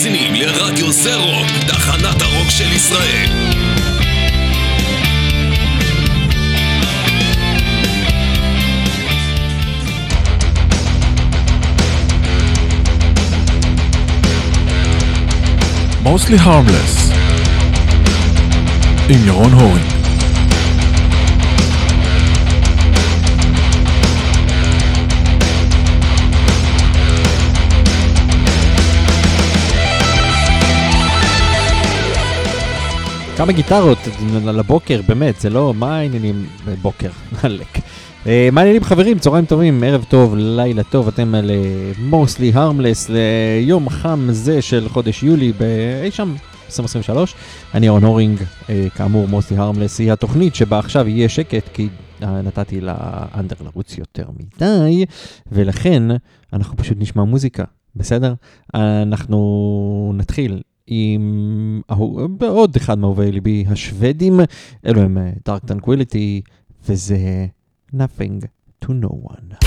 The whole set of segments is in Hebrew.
מאזינים לרדיו זרו, תחנת הרוק של ישראל. Mostly Harmless עם ירון הורינג. כמה גיטרות לבוקר, באמת, זה לא, מה העניינים בוקר, עלק. מה העניינים חברים, צהריים טובים, ערב טוב, לילה טוב, אתם על Mostly Harmless, ליום חם זה של חודש יולי, באי שם 2023. אני ירון הורינג, כאמור Mostly Harmless היא התוכנית שבה עכשיו יהיה שקט, כי נתתי לאנדר לרוץ יותר מדי, ולכן אנחנו פשוט נשמע מוזיקה, בסדר? אנחנו נתחיל עם עוד אחד מאהובי ליבי, השוודים, אלו הם Dark Tranquillity, וזה Nothing to No One.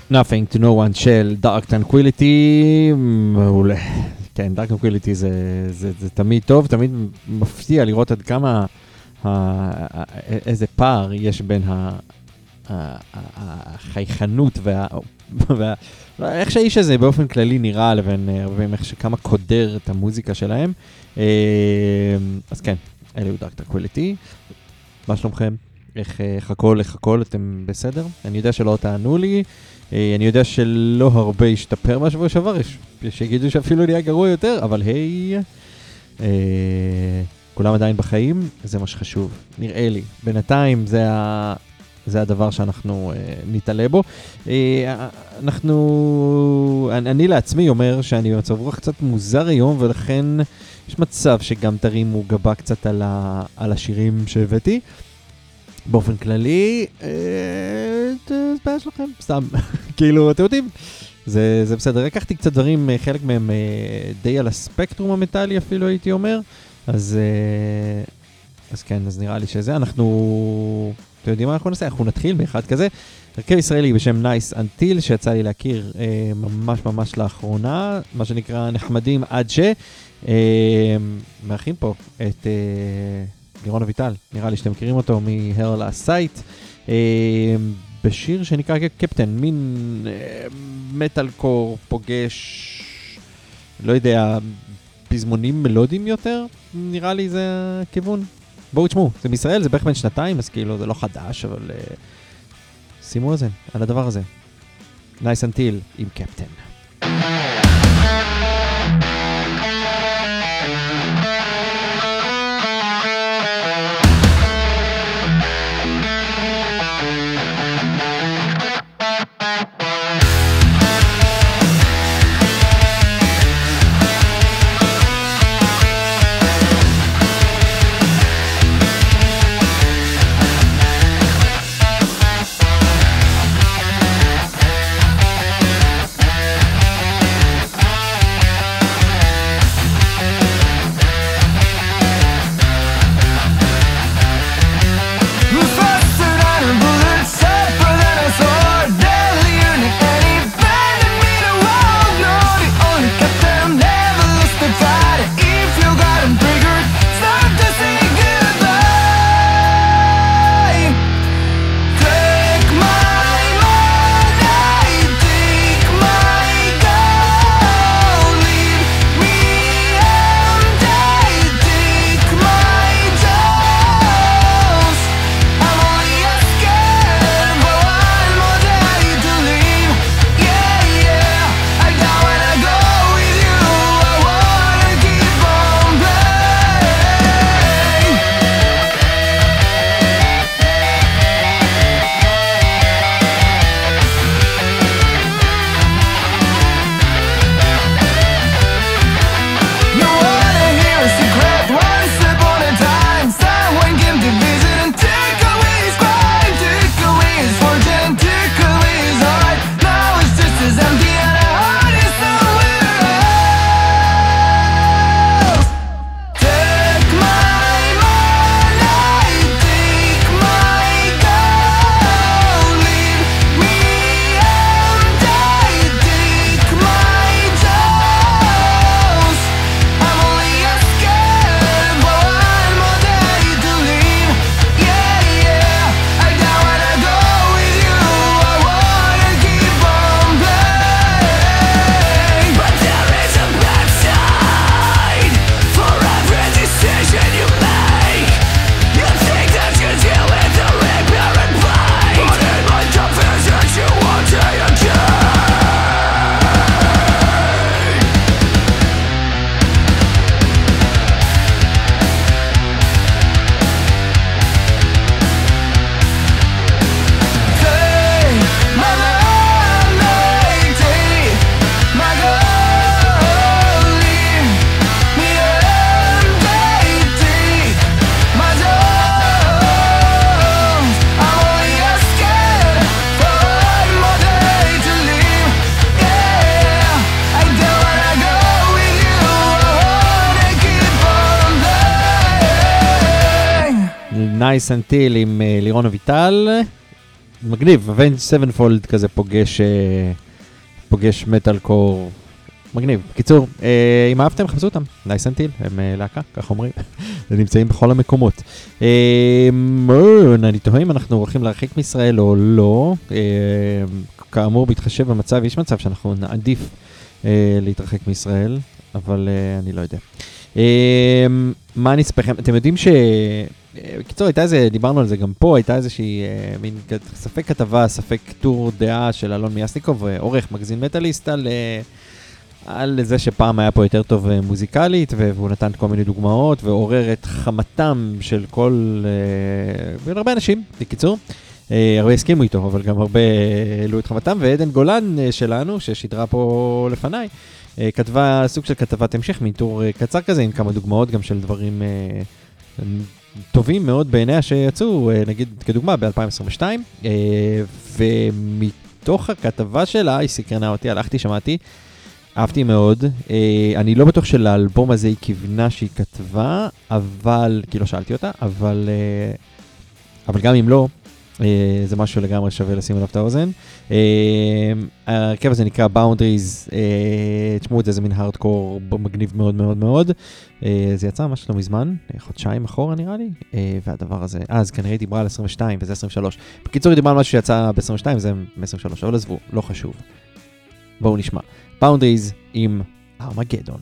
Nothing to no one של Dark Tranquility, מעולה. כן, Dark Tranquility זה תמיד טוב, תמיד מפתיע לראות עד כמה איזה פער יש בין החייכנות איך שהאיש הזה באופן כללי נראה לבין איך שכמה קודר את המוזיקה שלהם. אז כן, אלה הוא Dark Tranquility. מה שלומכם? איך הכל, אתם בסדר? אני יודע שלא תענו לי, אני יודע שלא הרבה השתפר מהשבוע שעבר, יש שיגידו שאפילו נהיה גרוע יותר, אבל היי, כולם עדיין בחיים, זה מה שחשוב, נראה לי. בינתיים זה הדבר שאנחנו נתעלה בו. אני לעצמי אומר שאני במצב רוח קצת מוזר היום, ולכן יש מצב שגם תרימו גבה קצת על השירים שהבאתי. באופן כללי, זה בעיה שלכם, סתם, כאילו, אתם יודעים, זה בסדר. לקחתי קצת דברים, חלק מהם די על הספקטרום המטאלי אפילו הייתי אומר, אז כן, אז נראה לי שזה, אתם יודעים מה אנחנו נעשה? אנחנו נתחיל באחד כזה, הרכב ישראלי בשם Nice Until, שיצא לי להכיר ממש לאחרונה, מה שנקרא נחמדים עד מארחים פה את לירון אביטל, נראה לי שאתם מכירים אותו מ-Her Last Sight, בשיר שנקרא קפטן, מין מטל קור פוגש, לא יודע, פזמונים מלודיים יותר, נראה לי זה הכיוון. בואו תשמעו, זה מישראל, זה בערך בין שנתיים, אז כאילו זה לא חדש, אבל שימו על זה, על הדבר הזה. Nice Until עם קפטן. Nice Until עם לירון אביטל. מגניב, Avenged Sevenfold כזה פוגש מטל קור, מגניב. בקיצור, אם אהבתם, חפשו אותם, נייס אנד טיל, הם להקה, כך אומרים, הם נמצאים בכל המקומות. אני תוהה אם אנחנו הולכים להרחיק מישראל או לא, כאמור בהתחשב במצב, יש מצב שאנחנו נעדיף להתרחק מישראל, אבל אני לא יודע. מה אני אספר לכם? אתם יודעים ש... בקיצור, הייתה איזה, דיברנו על זה גם פה, הייתה איזושהי מין ספק כתבה, ספק טור דעה של אלון מיאסניקוב, עורך מגזין מטליסט על זה שפעם היה פה יותר טוב מוזיקלית, והוא נתן כל מיני דוגמאות, ועורר את חמתם של הרבה אנשים, בקיצור. הרבה הסכימו איתו, אבל גם הרבה העלו את חמתם, ועדן גולן שלנו, ששידרה פה לפניי, כתבה סוג של כתבת המשך, מין טור קצר כזה, עם כמה דוגמאות גם של דברים טובים מאוד בעיניה שיצאו, נגיד כדוגמה ב-2022, ומתוך הכתבה שלה, היא סקרנה אותי, הלכתי, שמעתי, אהבתי מאוד, אני לא בטוח שלאלבום הזה היא כיוונה שהיא כתבה, אבל, כי לא שאלתי אותה, אבל גם אם לא, זה משהו לגמרי שווה לשים עליו את האוזן. הרכב הזה נקרא Boundaries, תשמעו את זה, זה מין הארדקור מגניב מאוד מאוד מאוד. זה יצא ממש לא מזמן, חודשיים אחורה נראה לי, והדבר הזה, אז כנראה היא דיברה על 22 וזה 23. בקיצור היא דיברה על משהו שיצא ב-22 וזה ב-23, אבל עזבו, לא חשוב. בואו נשמע. Boundaries עם ארמגדון.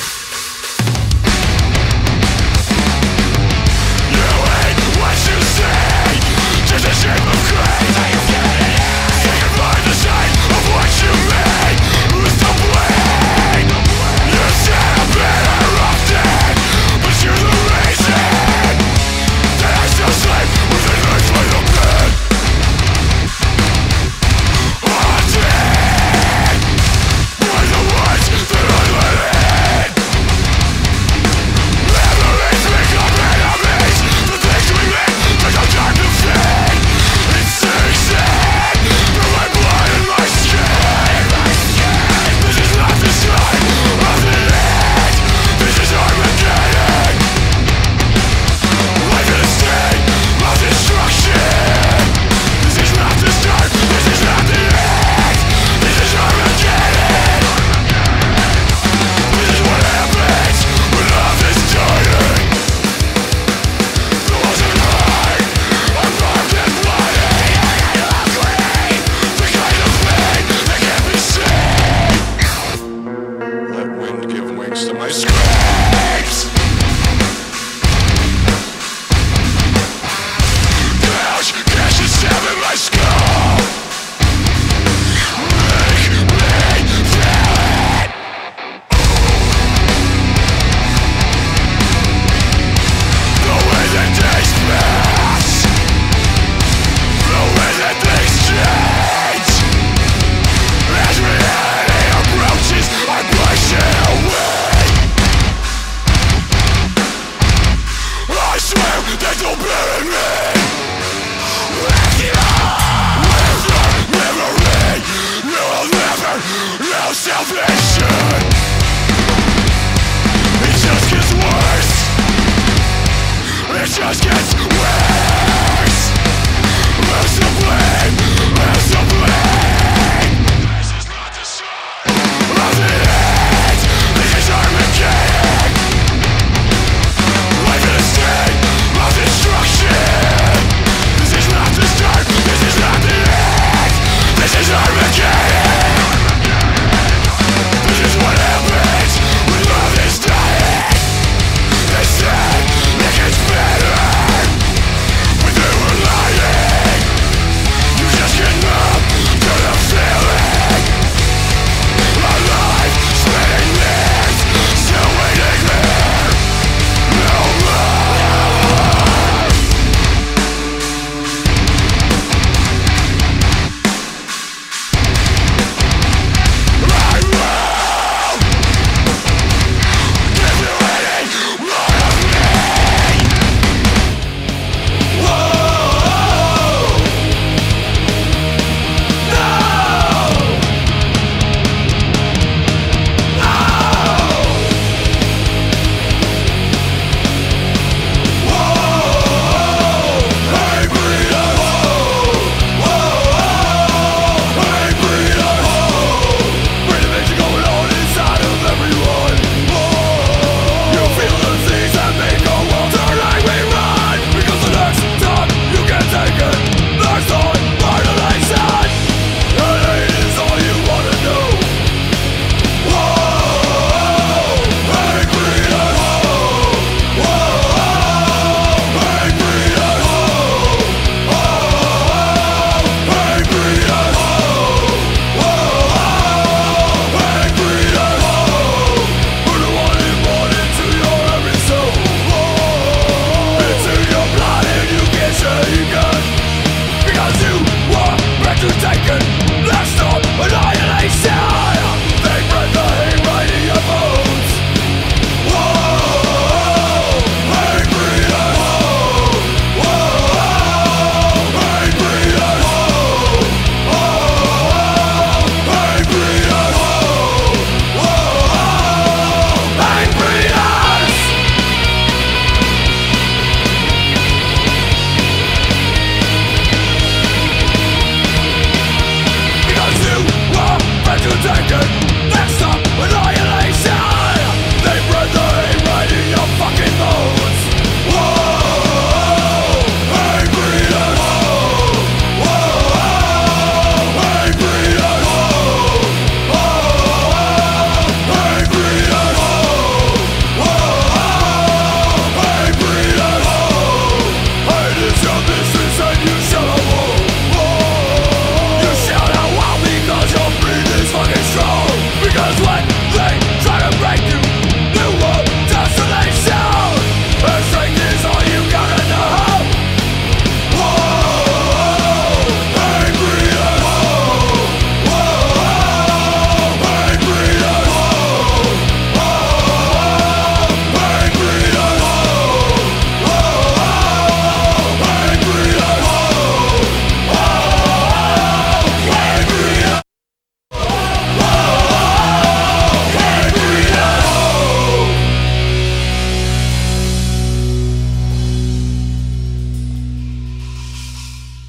Just a shape of grace. You can find the sign of what you made. Who's to blame? You said I'm better off dead, but you're the reason that I still sleep with a knife by the bed. Haunted by the words that I let in. Memories become enemies. The things we make take no time to feel. From my blood and my skin. This is not the sign of the end. This is Armageddon. Life in a state of destruction. This is not the start. This is not the end. This is Armageddon. This is what happens when love is dying. The walls are high, I'm armed and bloody. Let wind give wings to my screams. Gouge, gash and stab in my skull. Make me feel it. The way that days pass, the way that things change. As reality approaches, I push it away. I swear that they'll bury me. With your memory, you will never know salvation. It just gets worse. It just gets worse. Who's to blame? Who's to blame? This is not the sign of the end. This is Armageddon. Life in a state of destruction. This is not the start. This is not the end. This is Armageddon. This is what happens when love is dying. They said it gets better.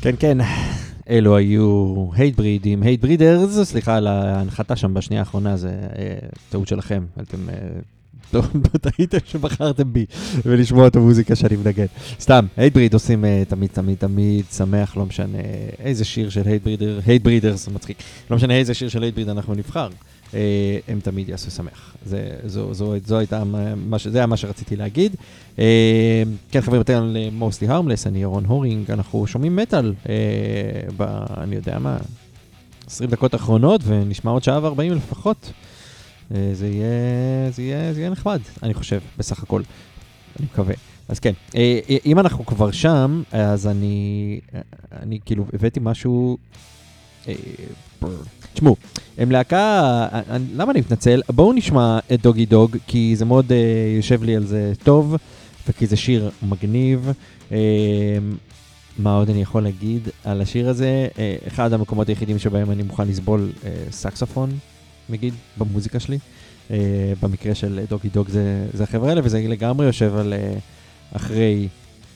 כן, כן, אלו היו Hatebreed עם Hatebreeders, סליחה על ההנחתה שם בשנייה האחרונה, זה טעות שלכם, אתם טעיתם שבחרתם בי ולשמוע את המוזיקה שאני מנגן. סתם, Hatebreed עושים תמיד שמח, לא משנה איזה שיר של Hatebreeders, מצחיק, לא משנה איזה שיר של Hatebreed אנחנו נבחר, הם תמיד יעשו שמח. זה היה מה שרציתי להגיד. כן, חברים, אתם על Mostly Harmless, אני ירון הורינג, אנחנו שומעים מטל, אני יודע מה, 20 דקות האחרונות, ונשמע עוד שעה ו40 לפחות. זה יהיה נחמד, אני חושב, בסך הכל. אני מקווה. אז כן, אם אנחנו כבר שם, אז אני כאילו הבאתי משהו... תשמעו, הם להקה, למה אני מתנצל? בואו נשמע את דוגי דוג, כי זה מאוד יושב לי על זה טוב, וכי זה שיר מגניב. מה עוד אני יכול להגיד על השיר הזה? אחד המקומות היחידים שבהם אני מוכן לסבול סקסופון, נגיד, במוזיקה שלי. במקרה של דוגי דוג זה החבר'ה האלה, וזה לגמרי יושב על אחרי,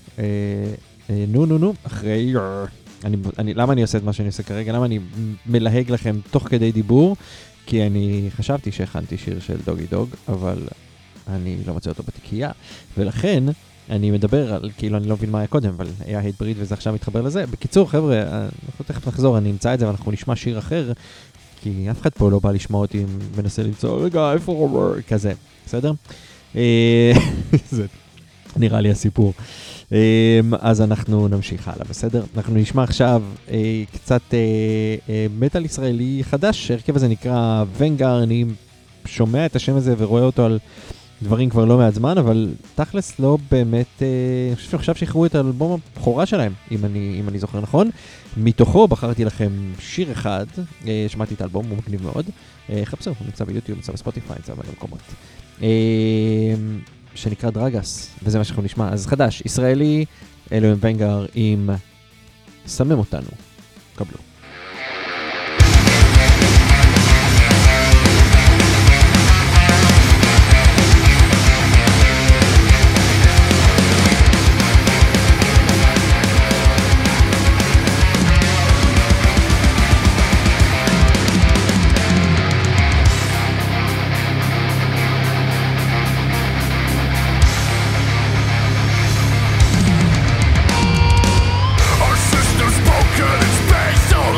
אחרי... למה אני עושה את מה שאני עושה כרגע? למה אני מלהג לכם תוך כדי דיבור? כי אני חשבתי שהכנתי שיר של דוגי דוג, אבל אני לא מוצא אותו בתיקייה. ולכן אני מדבר על, כאילו אני לא מבין מה היה קודם, אבל היה Hatebreed וזה עכשיו מתחבר לזה. בקיצור, חבר'ה, אנחנו תכף נחזור, אני אמצא את זה ואנחנו נשמע שיר אחר, כי אף אחד פה לא בא לשמוע אותי ונסה למצוא, רגע, איפה רובר? כזה, בסדר? זה נראה לי הסיפור. אז אנחנו נמשיך הלאה, בסדר? אנחנו נשמע עכשיו קצת מטל ישראלי חדש, הרכב הזה נקרא ונגר, אני שומע את השם הזה ורואה אותו על דברים כבר לא מעט זמן, אבל תכלס לא באמת, אני חושב שעכשיו שחררו את האלבום הבכורה שלהם, אם אני זוכר נכון. מתוכו בחרתי לכם שיר אחד, שמעתי את האלבום, הוא מגניב מאוד, חפשו, הוא נמצא ביוטיוב, נמצא בספוטיפיי, נמצא במלא מקומות. שנקרא דרגס, וזה מה שאנחנו נשמע. אז חדש, ישראלי, אלו הם ונגר עם סמם אותנו. קבלו. Our system's broken, it's based on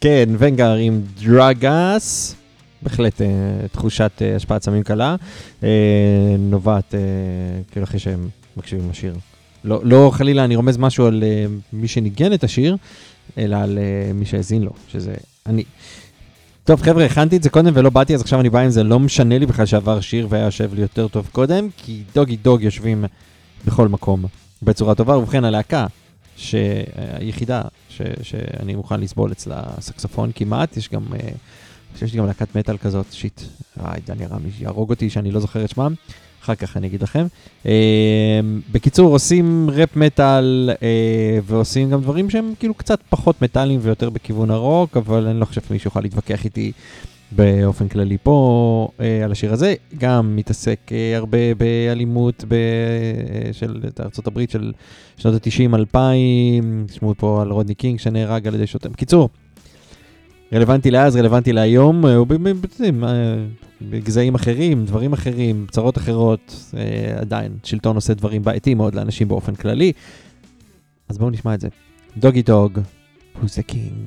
כן, ונגר עם דרגס, בהחלט תחושת השפעת סמים קלה, נובעת כאילו אחרי שהם מקשיבים לשיר. לא חלילה, אני רומז משהו על מי שניגן את השיר, אלא על מי שהזין לו, שזה אני. טוב חבר'ה, הכנתי את זה קודם ולא באתי, אז עכשיו אני בא עם זה, לא משנה לי בכלל שעבר שיר והיה יושב לי יותר טוב קודם, כי דוגי דוג יושבים בכל מקום בצורה טובה, ובכן הלהקה היחידה שאני מוכן לסבול אצלה סקסופון כמעט, יש לי גם להקת מטל כזאת, שיט, דני רמי יהרוג אותי שאני לא זוכר את שמם, אחר כך אני אגיד לכם. בקיצור, עושים רפ מטל ועושים גם דברים שהם כאילו קצת פחות מטלים ויותר בכיוון הרוק, אבל אני לא חושב שמישהו יוכל להתווכח איתי באופן כללי פה על השיר הזה. גם מתעסק הרבה באלימות של ארצות הברית של שנות ה-90-2000, תשמעו פה על רודני קינג שנהרג על ידי שוטר. בקיצור, רלוונטי לאז, רלוונטי להיום, בגזעים אחרים, דברים אחרים, צרות אחרות, עדיין שלטון עושה דברים בעייתיים מאוד לאנשים באופן כללי. אז בואו נשמע את זה. דוגי דוג, who's the king?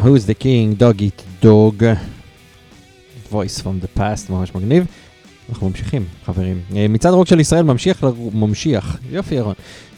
Who's the King, Dog Eat Dog, Voice from the Past, ממש מגניב. אנחנו ממשיכים, חברים. מצעד הרוק של ישראל ממשיך, יופי ירון.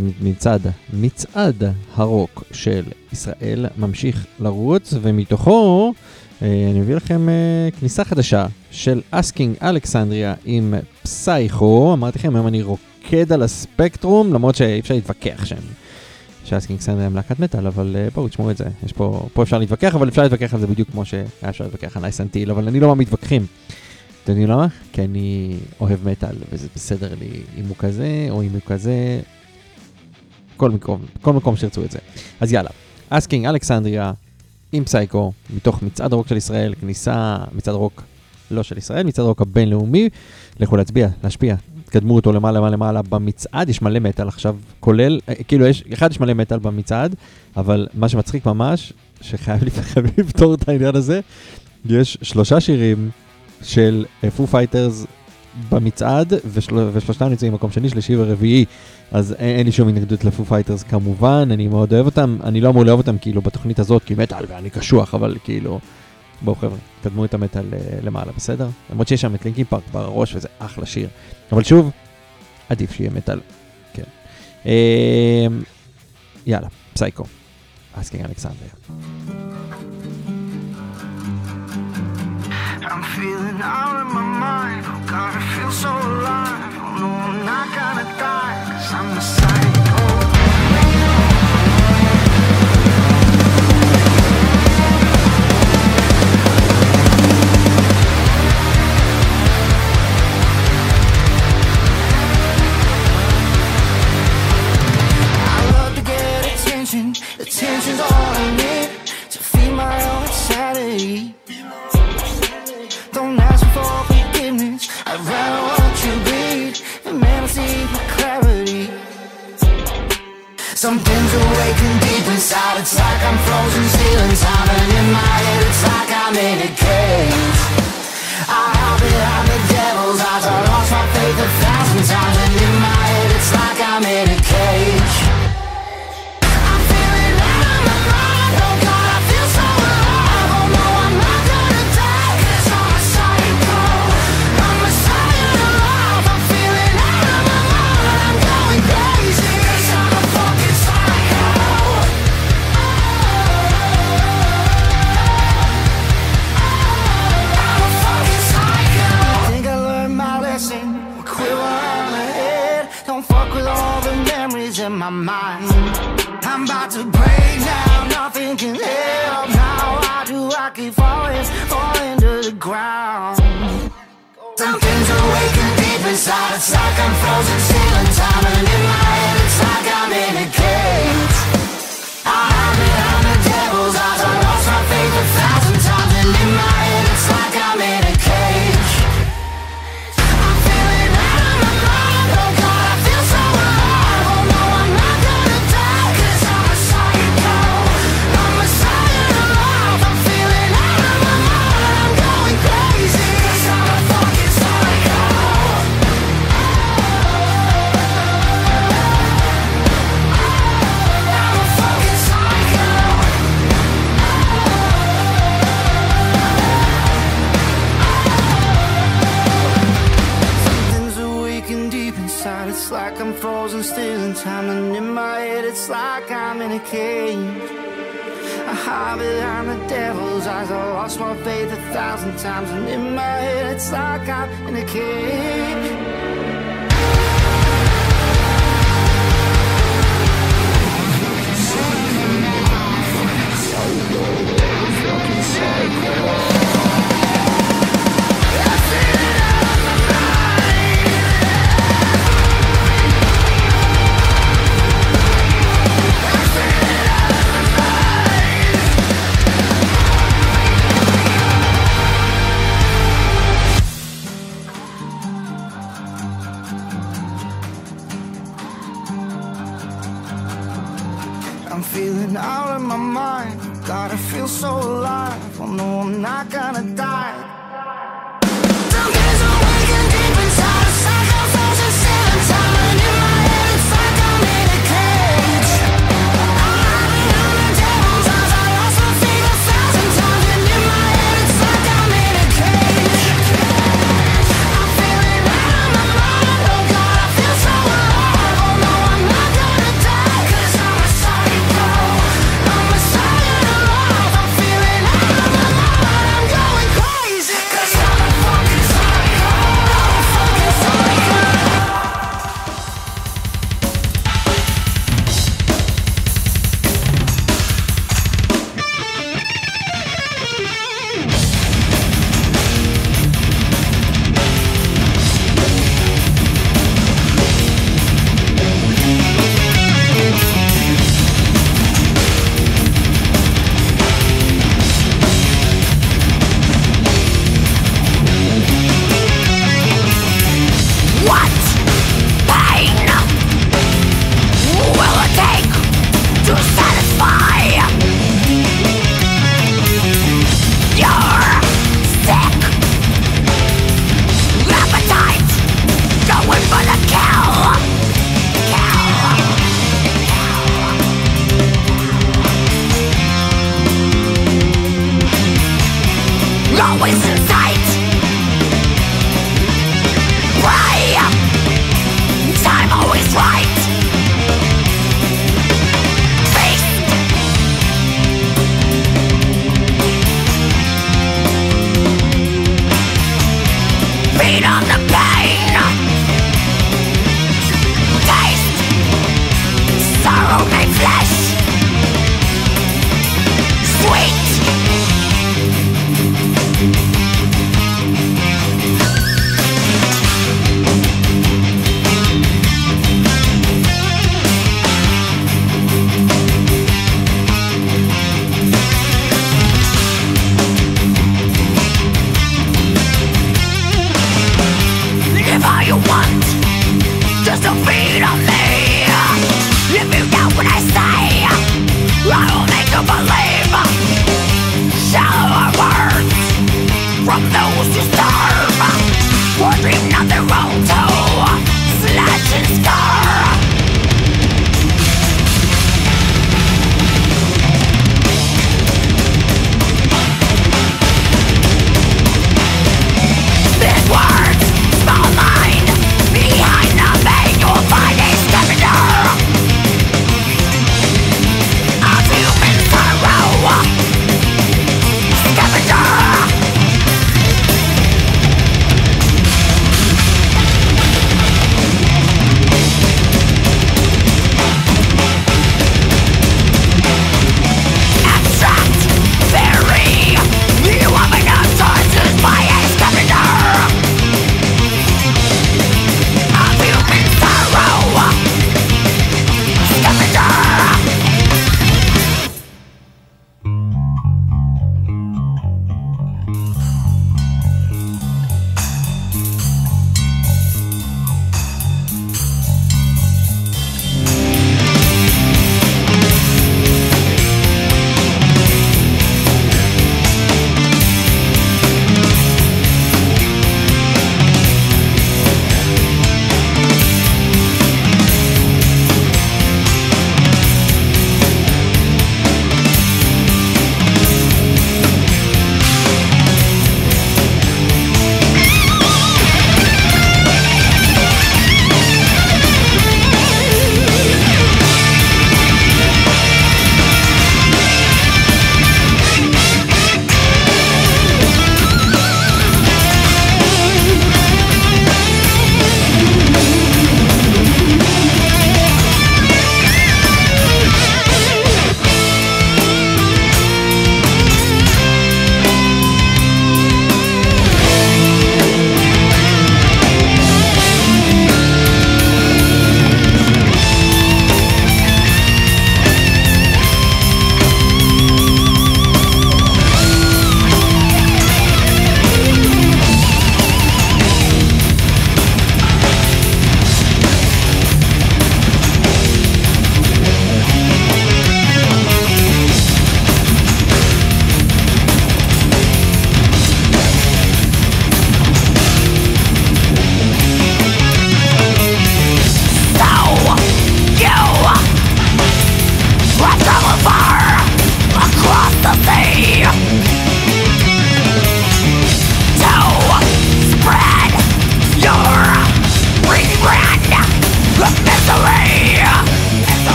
מצעד הרוק של ישראל ממשיך לרוץ, ומתוכו אני מביא לכם כניסה חדשה של Asking Alexandria עם פסייכו. אמרתי לכם, היום אני רוקד על הספקטרום, למרות שאי אפשר להתווכח שם. ש-Asking Alexandria הם להקת מטל, אבל בואו תשמעו את זה. פה אפשר להתווכח, אבל אפשר להתווכח על זה בדיוק כמו שהיה אפשר להתווכח על Nice and Teal, אבל אני לא מתווכחים. אתם יודעים למה? כי אני אוהב מטל, וזה בסדר לי אם הוא כזה או אם הוא כזה. כל מקום שרצו את זה. אז יאללה, Asking Alexandria עם פסייקו, מתוך מצעד הרוק של ישראל, כניסה, מצעד הרוק לא של ישראל, מצעד הרוק הבינלאומי. לכו להשפיע, תקדמו אותו למעלה במצעד. יש מלא מטל עכשיו, כולל, כאילו יש מלא מטל במצעד, אבל מה שמצחיק ממש, שחייב לפתור את העניין הזה, יש 3 שירים של פו פייטרס במצעד, ושלושתם נמצאים במקום שני, שלישי ורביעי, אז אין לי שום התנגדות לפו פייטרס כמובן, אני מאוד אוהב אותם, אני לא אמור לאהוב אותם כאילו בתוכנית הזאת, כי מטל ואני קשוח, אבל כאילו, בואו חבר'ה, קדמו את המטל למעלה, בסדר? למרות שיש שם את לינקין פארק בראש, וזה אחלה שיר, אבל שוב, עדיף שיהיה מטל, כן. יאללה, פסייקו, Asking Alexandria. I'm feeling out of my mind. Oh God, I feel so alive. Oh no, I'm not gonna die, 'cause I'm a psycho. I love to get attention. Attention's all I need to feed my own insanity. Don't ask me for forgiveness, I'd rather watch you bleed. And man, I see with clarity. Something's awakened deep inside. It's like I'm frozen still in time. And in my head it's like I'm in a cage. I hide behind the devil's eyes. I lost my faith 1,000 times. And in my head it's like I'm in a cage. I'm feeling out of my mind. Oh God, I feel so alive. Oh no, I'm not gonna die, 'cause I'm a psycho. I'm a psycho alive. I'm feeling out of my mind. I'm going crazy, 'cause I'm a fucking psycho. I'm a fucking psycho. I think I learned my lesson. Quit while I'm ahead. Don't fuck with all the memories in my mind. I'm about to break now. Nothing can help now. Why do I keep falling to the ground? Something's awakened deep inside. It's like I'm frozen still in time. And in my head it's like I'm in a cage. I hide behind the devil's eyes. I lost my faith 1,000 times. And in my head it's like I'm in a cage. I'm feeling out of my mind. Oh God, I feel so alive. Oh no, I'm not gonna die, 'cause I'm a psycho. I'm a psycho alive. I'm feeling out of my mind. I'm going crazy, 'cause I'm a fucking psycho. I'm a fucking psycho. Something's awakened deep inside. It's like I'm frozen still in time. And in my head it's like I'm in a cage. I hide behind the devil's eyes. I lost my faith 1,000 times. And in my head it's like I'm in a cage. I'm feeling out of my mind. God, I feel so alive. Oh no, I'm not gonna die. Something's awakened deep inside. It's like I'm frozen still in time. And in my head it's like I'm in a cage. I hide behind the devil's eyes. I lost my faith 1,000 feed on the pain. Taste sorrow made flesh. Sweet.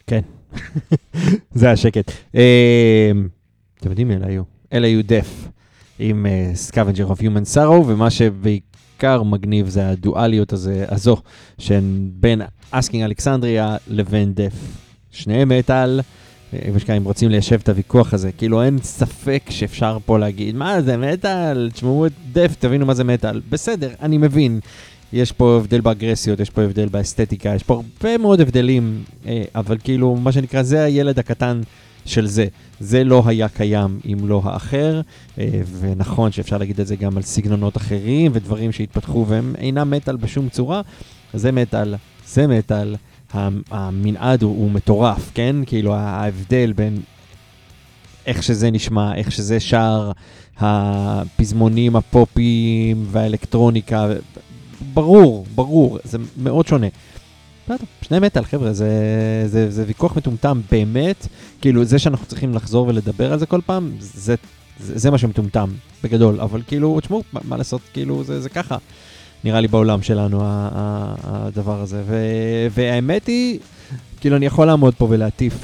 כן, זה השקט. אתם יודעים מי אלה היו? אלה היו דף, עם Scavenger of Human Sorrow, ומה שבעיקר מגניב זה הדואליות הזו, שבין אסקינג אלכסנדריה לבין דף. שניהם מטל, אם רוצים ליישב את הוויכוח הזה, כאילו אין ספק שאפשר פה להגיד, מה זה מטל? תשמעו את דף, תבינו מה זה מטל. בסדר, אני מבין. יש פה הבדל באגרסיות, יש פה הבדל באסתטיקה, יש פה הרבה מאוד הבדלים, אבל כאילו, מה שנקרא, זה הילד הקטן של זה. זה לא היה קיים אם לא האחר, ונכון שאפשר להגיד את זה גם על סגנונות אחרים, ודברים שהתפתחו והם אינם מטל בשום צורה. זה מטל, זה מטל, המנעד הוא מטורף, כן? כאילו, ההבדל בין איך שזה נשמע, איך שזה שר, הפזמונים, הפופיים והאלקטרוניקה, ברור, זה מאוד שונה. שני מטל, חבר'ה, זה ויכוח מטומטם באמת, כאילו זה שאנחנו צריכים לחזור ולדבר על זה כל פעם, זה מה שמטומטם בגדול, אבל כאילו, תשמעו, מה לעשות, כאילו זה ככה, נראה לי בעולם שלנו הדבר הזה, והאמת היא, כאילו אני יכול לעמוד פה ולהטיף,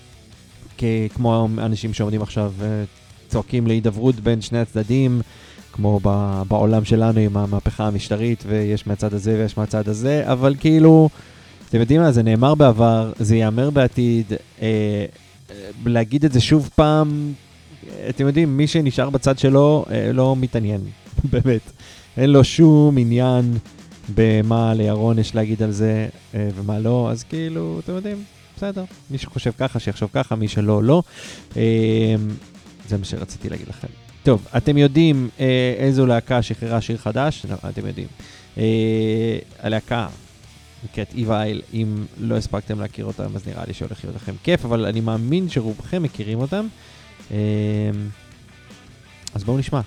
כמו אנשים שעומדים עכשיו צועקים להידברות בין שני הצדדים, כמו בעולם שלנו עם המהפכה המשטרית, ויש מהצד הזה ויש מהצד הזה, אבל כאילו, אתם יודעים מה, זה נאמר בעבר, זה יאמר בעתיד, להגיד את זה שוב פעם, אתם יודעים, מי שנשאר בצד שלו לא מתעניין, באמת. אין לו שום עניין במה לירון יש להגיד על זה ומה לא, אז כאילו, אתם יודעים, בסדר. מי שחושב ככה, שיחשוב ככה, מי שלא, לא. זה מה שרציתי להגיד לכם. טוב, אתם יודעים איזו להקה שחררה שיר חדש? לא, אתם יודעים. הלהקה נקראת איווייל, אם לא הספקתם להכיר אותם, אז נראה לי שהולך להיות לכם כיף, אבל אני מאמין שרובכם מכירים אותם. אז בואו נשמע.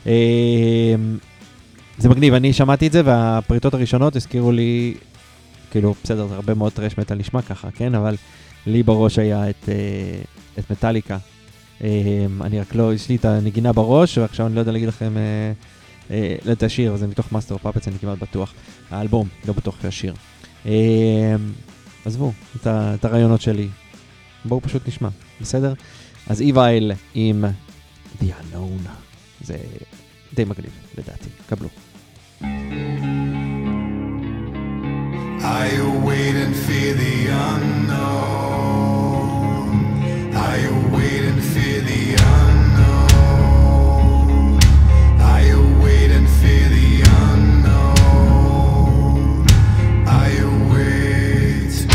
זה מגניב, אני שמעתי את זה, והפריטות הראשונות הזכירו לי, כאילו, בסדר, זה הרבה מאוד טרש מטל נשמע ככה, כן? אבל לי בראש היה את מטליקה. אני רק לא, יש לי את הנגינה בראש, ועכשיו אני לא יודע להגיד לכם את השיר, זה מתוך מאסטר פאפטס, אני כמעט בטוח. האלבום, לא בטוח השיר. עזבו את הרעיונות שלי. בואו פשוט נשמע, בסדר? אז איווייל עם The Unknown. זה די מגניב, לדעתי. קבלו. Are you waiting for the unknown? Are you waiting for the unknown? Are you waiting for the unknown? Are you waiting?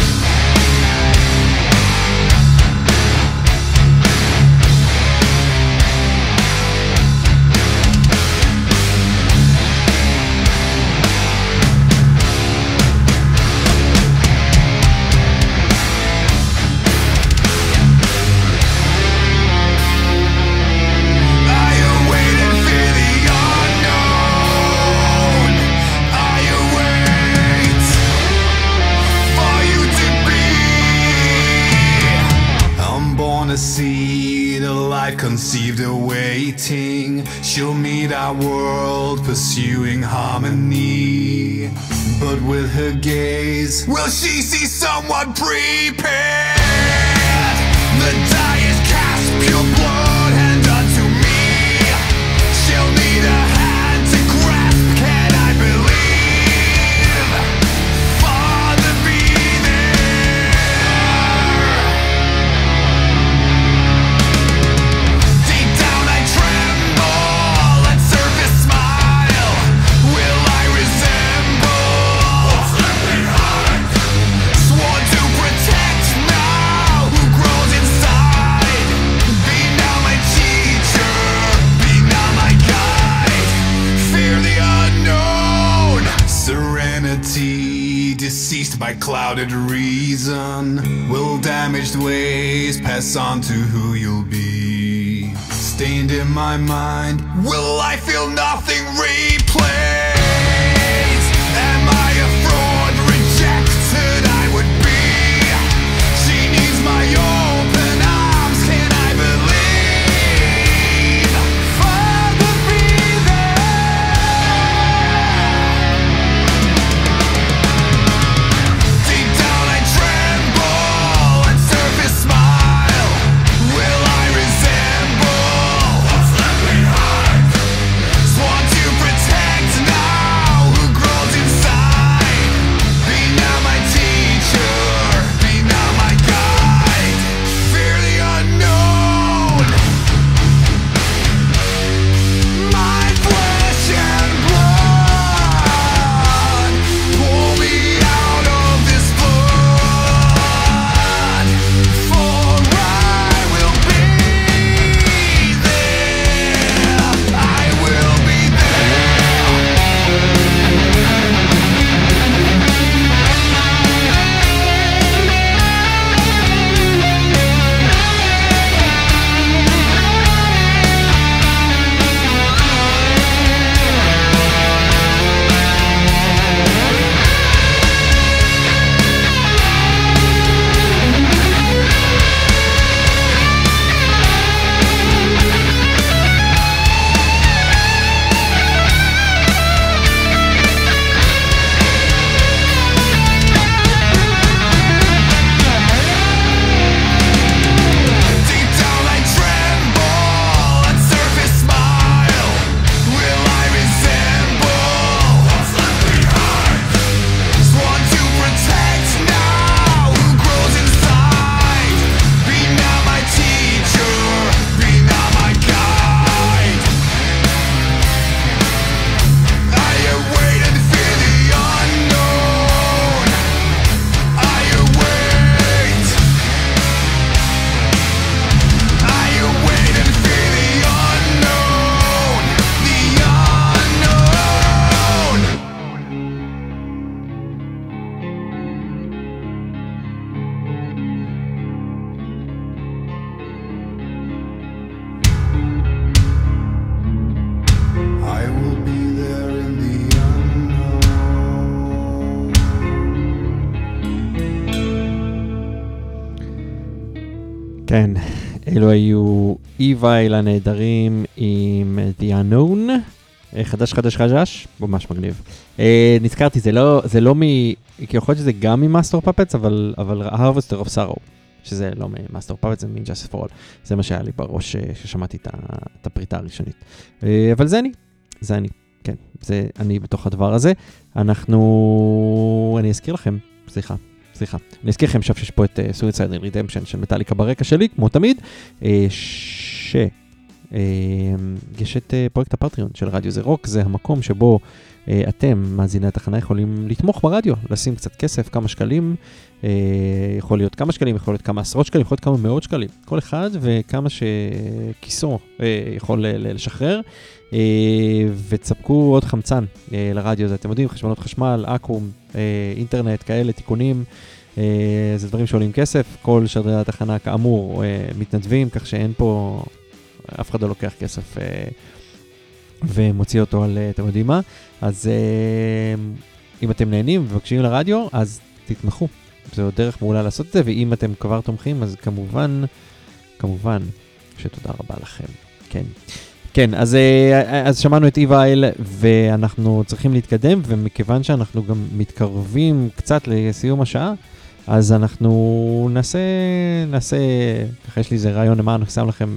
A seed, a life conceived awaiting. She'll meet our world pursuing harmony. But with her gaze, will she see someone prepared? The die is cast, pure blood hand unto me. She'll need a hand to grasp, can I believe? Father, be deceased by clouded reason, will damaged ways pass on to who you'll be? Stained in my mind, will I feel nothing replaced? Am I a fraud, rejected I would be? She needs my open arms, can I believe? Father, be there. כן, אלו היו איווייל הנהדרים עם The Unknown, חדש, ממש מגניב. נזכרתי, זה לא כי יכול להיות שזה גם ממאסטר פאפטס, אבל Harvester of Sorrow, שזה לא ממאסטר פאפטס, זה מ-Justice for All. זה מה שהיה לי בראש ששמעתי את הפריטה הראשונית. אבל זה אני, כן, זה אני בתוך הדבר הזה. אני אזכיר לכם, סליחה. אני אזכיר לכם שיש פה את Suicidal Redemption של מטאליקה ברקע שלי, כמו תמיד, יש את פרויקט הפטריון של רדיו זה רוק, זה המקום שבו אתם, מאזיני התחנה, יכולים לתמוך ברדיו, לשים קצת כסף, כמה שקלים, יכול להיות כמה שקלים, יכול להיות כמה עשרות שקלים, יכול להיות כמה מאות שקלים, כל אחד וכמה שכיסו יכול לשחרר, וצפקו עוד חמצן לרדיו הזה. אתם יודעים, חשבונות חשמל, אקום, אינטרנט, כאלה, תיקונים, זה דברים שעולים כסף. כל שדרי התחנה כאמור מתנדבים, כך שאין פה, אף אחד לא לוקח כסף ומוציא אותו על, אתם יודעים מה. אז אם אתם נהנים ומקשיבים לרדיו, אז תתמכו. זו דרך מעולה לעשות את זה, ואם אתם כבר תומכים, אז כמובן שתודה רבה לכם. כן, אז שמענו את איווייל, ואנחנו צריכים להתקדם, ומכיוון שאנחנו גם מתקרבים קצת לסיום השעה, אז אנחנו נעשה, ככה יש לי איזה רעיון למה אני שם לכם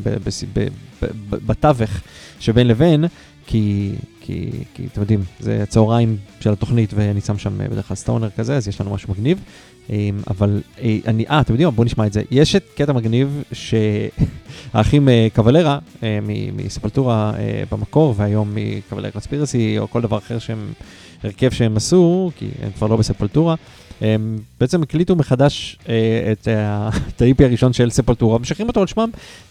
בתווך שבין לבין, כי אתם יודעים, זה הצהריים של התוכנית, ואני שם שם בדרך כלל סטונר כזה, אז יש לנו משהו מגניב. אבל אתם יודעים, בואו נשמע את זה. יש את קטע מגניב שהאחים קבלרה מספלטורה במקור, והיום מקבלרה קונספירסי, או כל דבר אחר שהם הרכב שהם עשו, כי הם כבר לא בספלטורה, הם בעצם הקליטו מחדש את ה-IP הראשון של ספלטורה, משחררים אותו על שמם,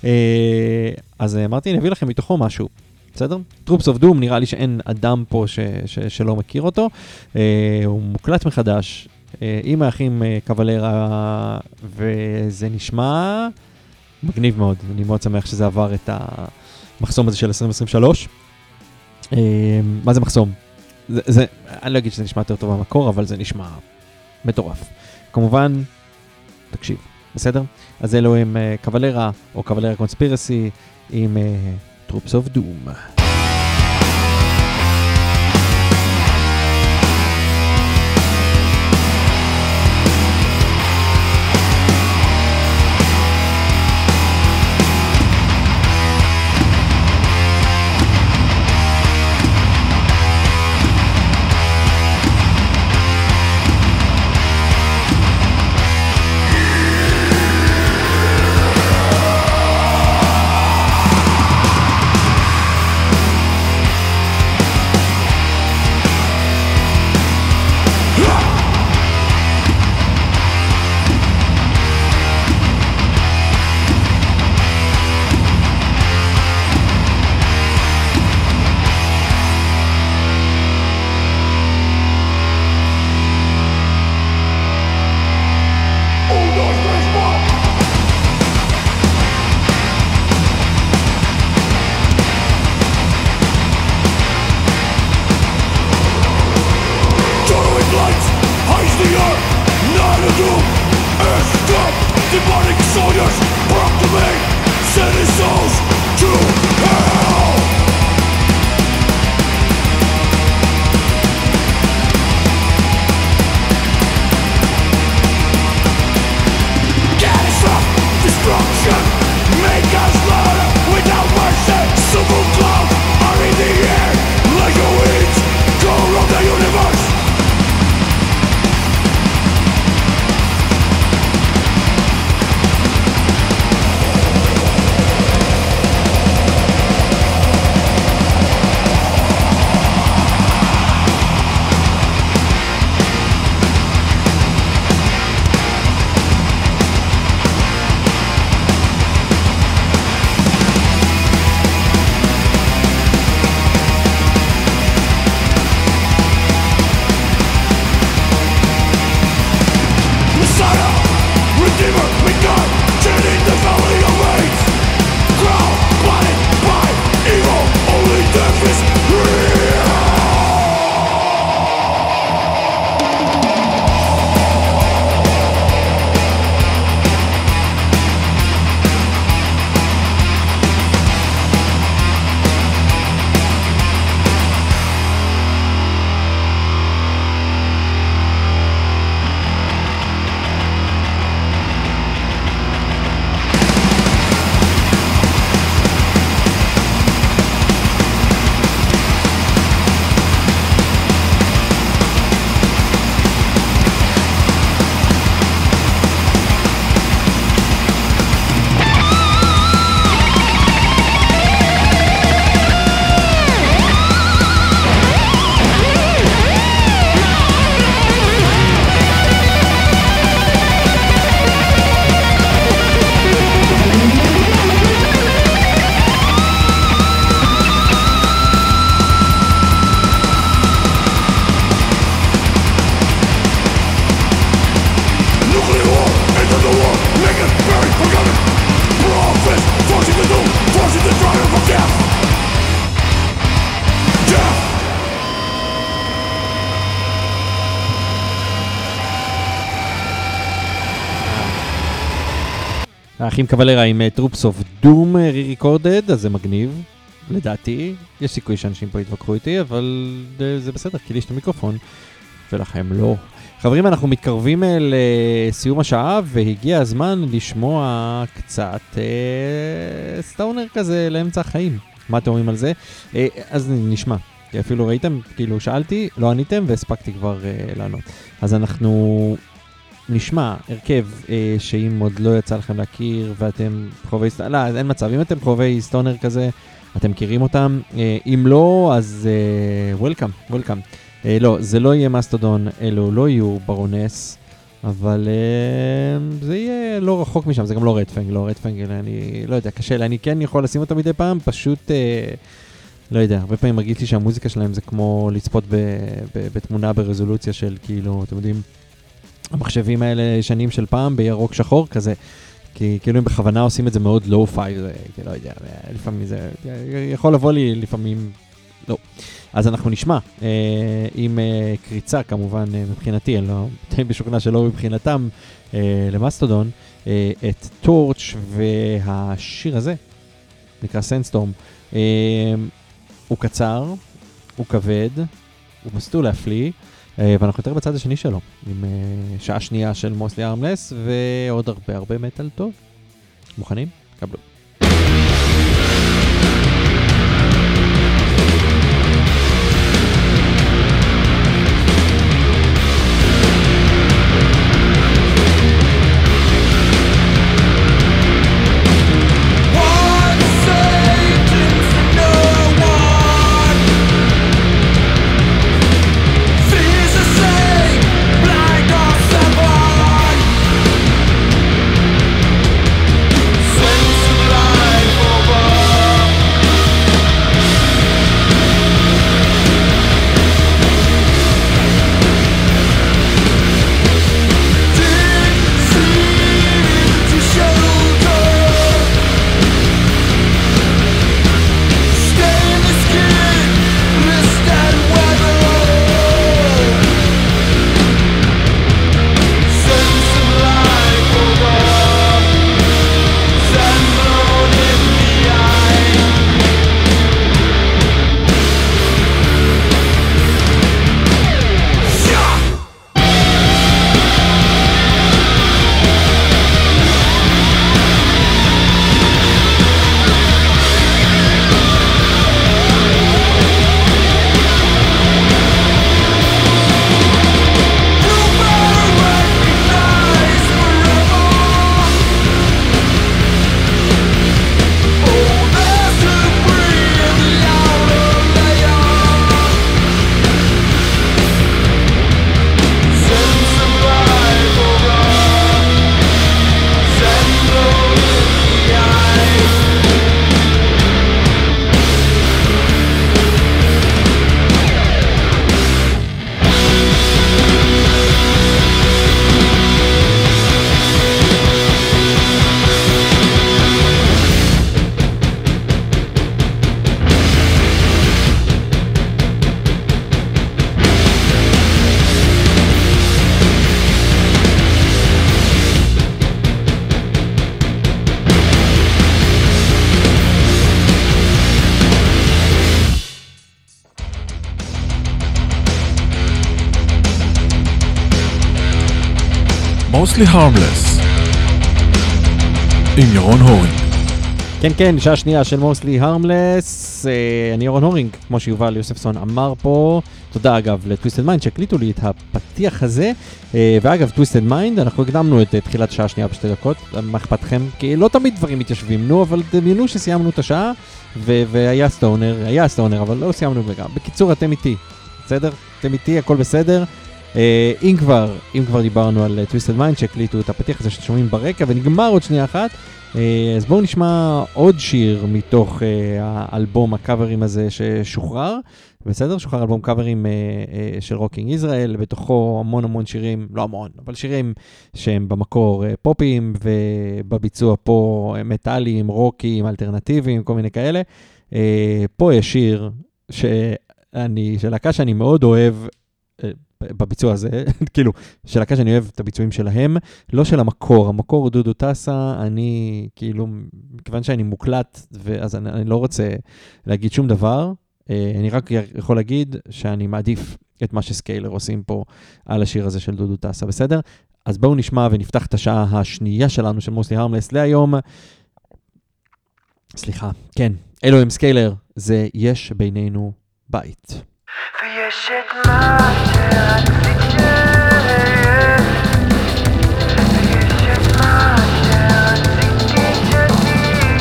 אז אמרתי, אני אביא לכם מתוכו משהו. בסדר? Troops of Doom, נראה לי שאין אדם פה שלא מכיר אותו, הוא מוקלט מחדש, עם האחים קבלרה, וזה נשמע מגניב מאוד. אני מאוד שמח שזה עבר את המחסום הזה של 2023. מה זה מחסום? אני לא אגיד שזה נשמע יותר טוב במקור, אבל זה נשמע מטורף. כמובן, תקשיב, בסדר? אז אלו הם קבלרה, או קבלרה קונספירסי, עם Troops of Doom. האחים קוולרה עם Troops of Doom re-recorded, אז זה מגניב, לדעתי. יש סיכוי שאנשים פה יתווכחו איתי, אבל זה בסדר, כי לי יש את המיקרופון, ולכם לא. חברים, אנחנו מתקרבים לסיום השעה, והגיע הזמן לשמוע קצת סטאונר כזה לאמצע החיים. מה אתם אומרים על זה? אז נשמע. כי אפילו ראיתם, כאילו שאלתי, לא עניתם, והספקתי כבר לענות. אז אנחנו נשמע הרכב שאם עוד לא יצא לכם להכיר, ואתם חובי סטונר, לא, אין מצב, אם אתם חובי סטונר כזה, אתם מכירים אותם. אם לא, אז welcome. לא, זה לא יהיה מסטודון, אלו לא יהיו ברונס, אבל זה יהיה לא רחוק משם, זה גם לא רדפנג, אני לא יודע, קשה לי, אני כן יכול לשים אותם מדי פעם, פשוט, לא יודע, הרבה פעמים מרגיש לי שהמוזיקה שלהם זה כמו לצפות בתמונה ברזולוציה של כאילו, אתם יודעים, המחשבים האלה שנים של פעם בירוק שחור כזה, כי כאילו הם בכוונה עושים את זה מאוד לואו-פיי, לא יודע, לפעמים זה יכול לבוא לי, לפעמים לא. אז אנחנו נשמע עם קריצה כמובן מבחינתי, אני לא די בשוכנע שלא מבחינתם למאסטודון, את טורץ' והשיר הזה נקרא סנדסטורם. הוא קצר, הוא כבד, הוא מסתול להפליא, ואנחנו יותר בצד השני שלו, עם שעה שנייה של מוסלי הרמלס ועוד הרבה מטל טוב. מוכנים? קבלו. Mostly Harmless עם ירון הורינג. כן, שעה שנייה של Mostly Harmless. אני ירון הורינג, כמו שיובל יוספסון אמר פה. תודה אגב לטוויסטד מיינד שהקליטו לי את הפתיח הזה. ואגב, טוויסטד מיינד, אנחנו הקדמנו את תחילת שעה שנייה בשתי דקות. מה אכפתכם? כי לא תמיד דברים מתיישבים, אבל דמיינו שסיימנו את השעה והיה סטונר, אבל לא סיימנו וגם. בקיצור, אתם איתי, בסדר? אתם איתי, הכל בסדר. אם כבר דיברנו על טוויסטד מיינד שהקליטו את הפתיח הזה ששומעים ברקע ונגמר עוד שנייה אחת, אז בואו נשמע עוד שיר מתוך האלבום הקאברים הזה ששוחרר, בסדר? שוחרר אלבום קאברים של רוקינג ישראל, בתוכו המון שירים, לא המון, אבל שירים שהם במקור פופיים ובביצוע פה מטאליים, רוקים, אלטרנטיביים, כל מיני כאלה. פה יש שיר של להקה שאני מאוד אוהב, בביצוע הזה, כאילו, של להקה שאני אוהב את הביצועים שלהם, לא של המקור. המקור הוא דודו טסה, אני כאילו, מכיוון שאני מוקלט, אז אני לא רוצה להגיד שום דבר, אני רק יכול להגיד שאני מעדיף את מה שסקיילר עושים פה על השיר הזה של דודו טסה, בסדר? אז בואו נשמע ונפתח את השעה השנייה שלנו של מוסלי הרמלס להיום. סליחה, כן, אלו הם סקיילר, זה יש בינינו בית. ויש את מה שרציתי, ויש את מה שרציתי שתהי,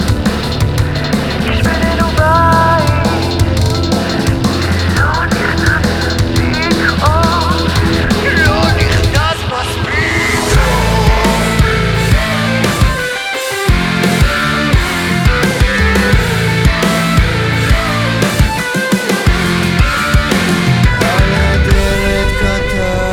יש בינינו בית, לא נכנס מספיק, לא נכנס מספיק. על הדלת כתב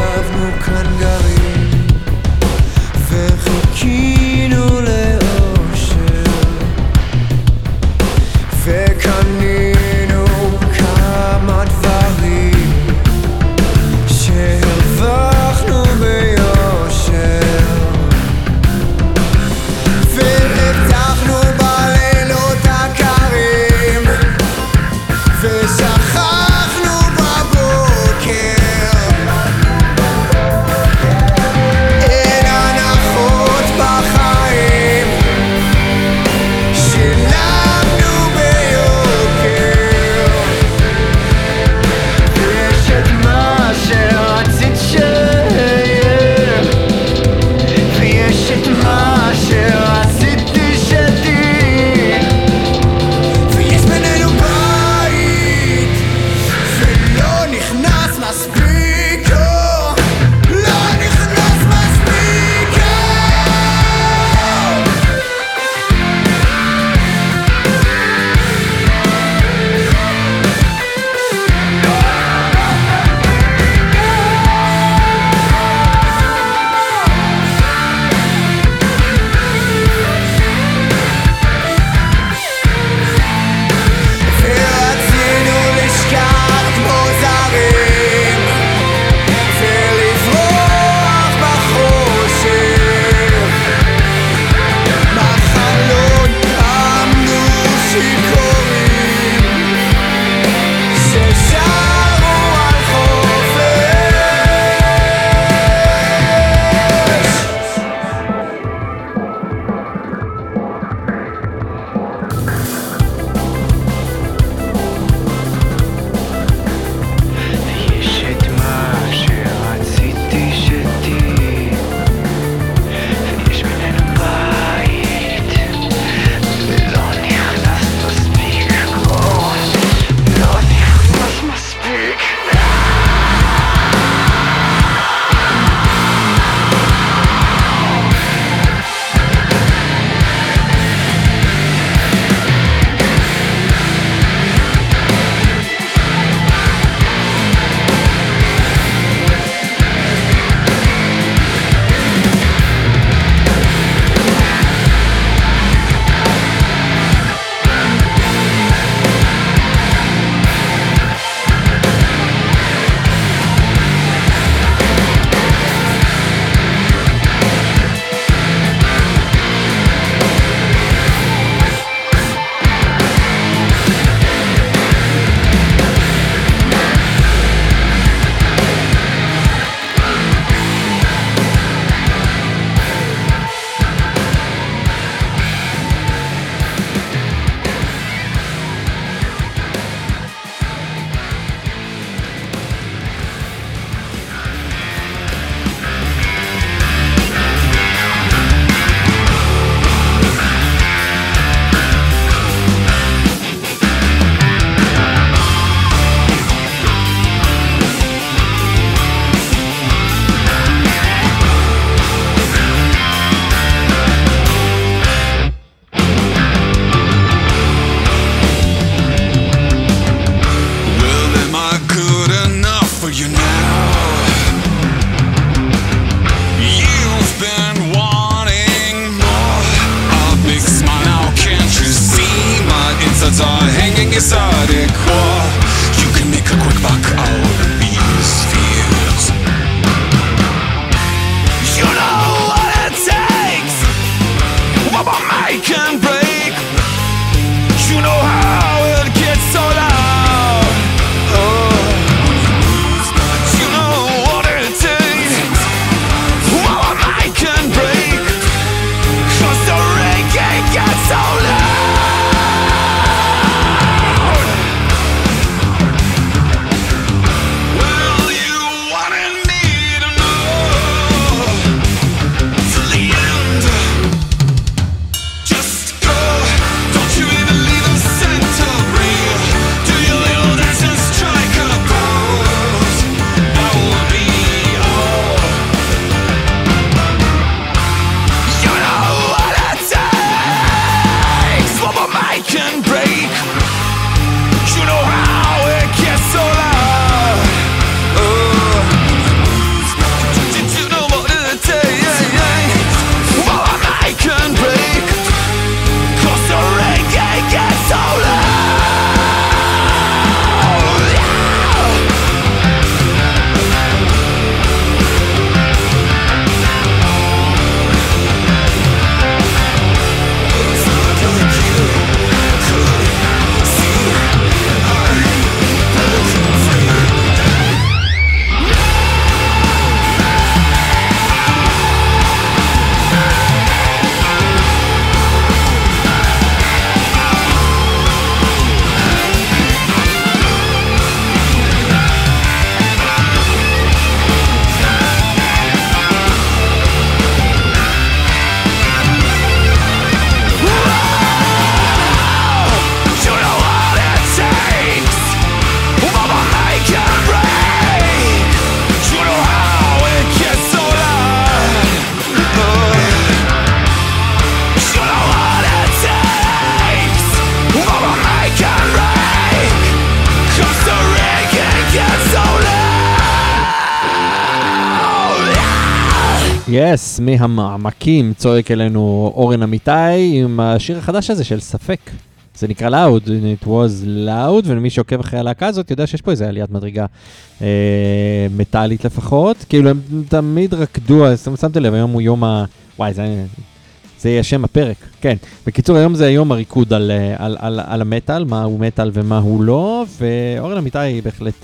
יס, מהמעמקים צועק אלינו אורן אמיתי עם השיר החדש הזה של ספק. זה נקרא Loud, it was loud, ומי שעוקב אחרי הלהקה הזאת יודע שיש פה איזה עליית מדרגה מטאלית לפחות. כאילו הם תמיד רקדו, אז שמתם לב, היום הוא יום וואי, זה יהיה שם הפרק, כן. בקיצור, היום זה יום הריקוד על המטאל, מה הוא מטאל ומה הוא לא, ואורן אמיתי בהחלט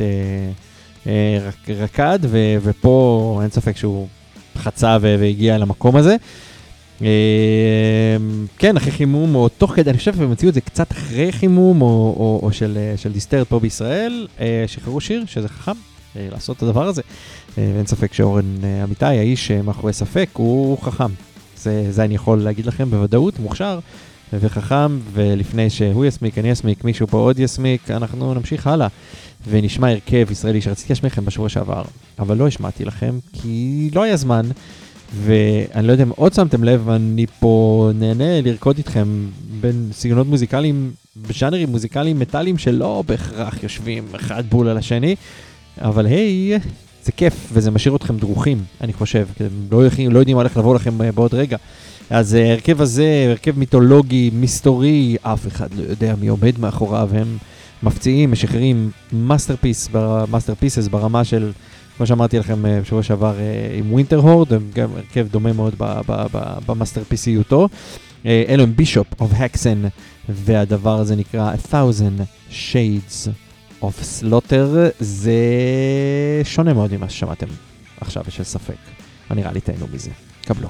רקד, ופה אין ספק שהוא חצה והגיע למקום הזה. כן, אחרי חימום, או תוך כדי, אני חושב במציאות זה קצת אחרי חימום, או של דיסטרט פה בישראל, שחררו שיר, שזה חכם, לעשות את הדבר הזה. אין ספק שאורן אמיתי, האיש מאחורי ספק, הוא חכם. זה אני יכול להגיד לכם בוודאות, מוכשר וחכם, ולפני שהוא יסמיק, אני אסמיק, מישהו פה עוד יסמיק, אנחנו נמשיך הלאה, ונשמע הרכב ישראלי שרציתי לשמע לכם בשבוע שעבר, אבל לא השמעתי לכם, כי לא היה זמן, ואני לא יודע אם עוד שמתם לב, אני פה נהנה לרקוד איתכם בין סגנונות מוזיקליים, בז'אנרים מוזיקליים מטאליים שלא בהכרח יושבים אחד בול על השני, אבל היי, זה כיף וזה משאיר אתכם דרוכים, אני חושב, כי אתם לא יודעים מה הולך לבוא לכם בעוד רגע. אז הרכב הזה, הרכב מיתולוגי, מסתורי, אף אחד לא יודע מי עומד מאחוריו, הם מפציעים, משחררים מאסטרפיסס ברמה של, כמו שאמרתי לכם בשבוע שעבר עם ווינטר הורד, הם גם הרכב דומה מאוד במאסטרפיסיותו. אלו הם בישופ אוף הקסן, והדבר הזה נקרא 1000 Shades of Slaughter. זה שונה מאוד ממה ששמעתם עכשיו של ספק. אני נראה לי תהנו מזה. קבלו.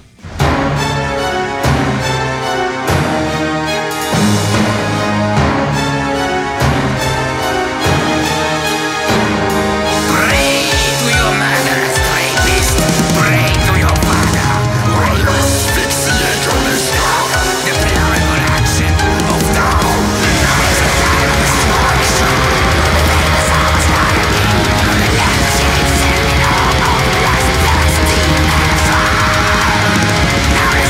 Now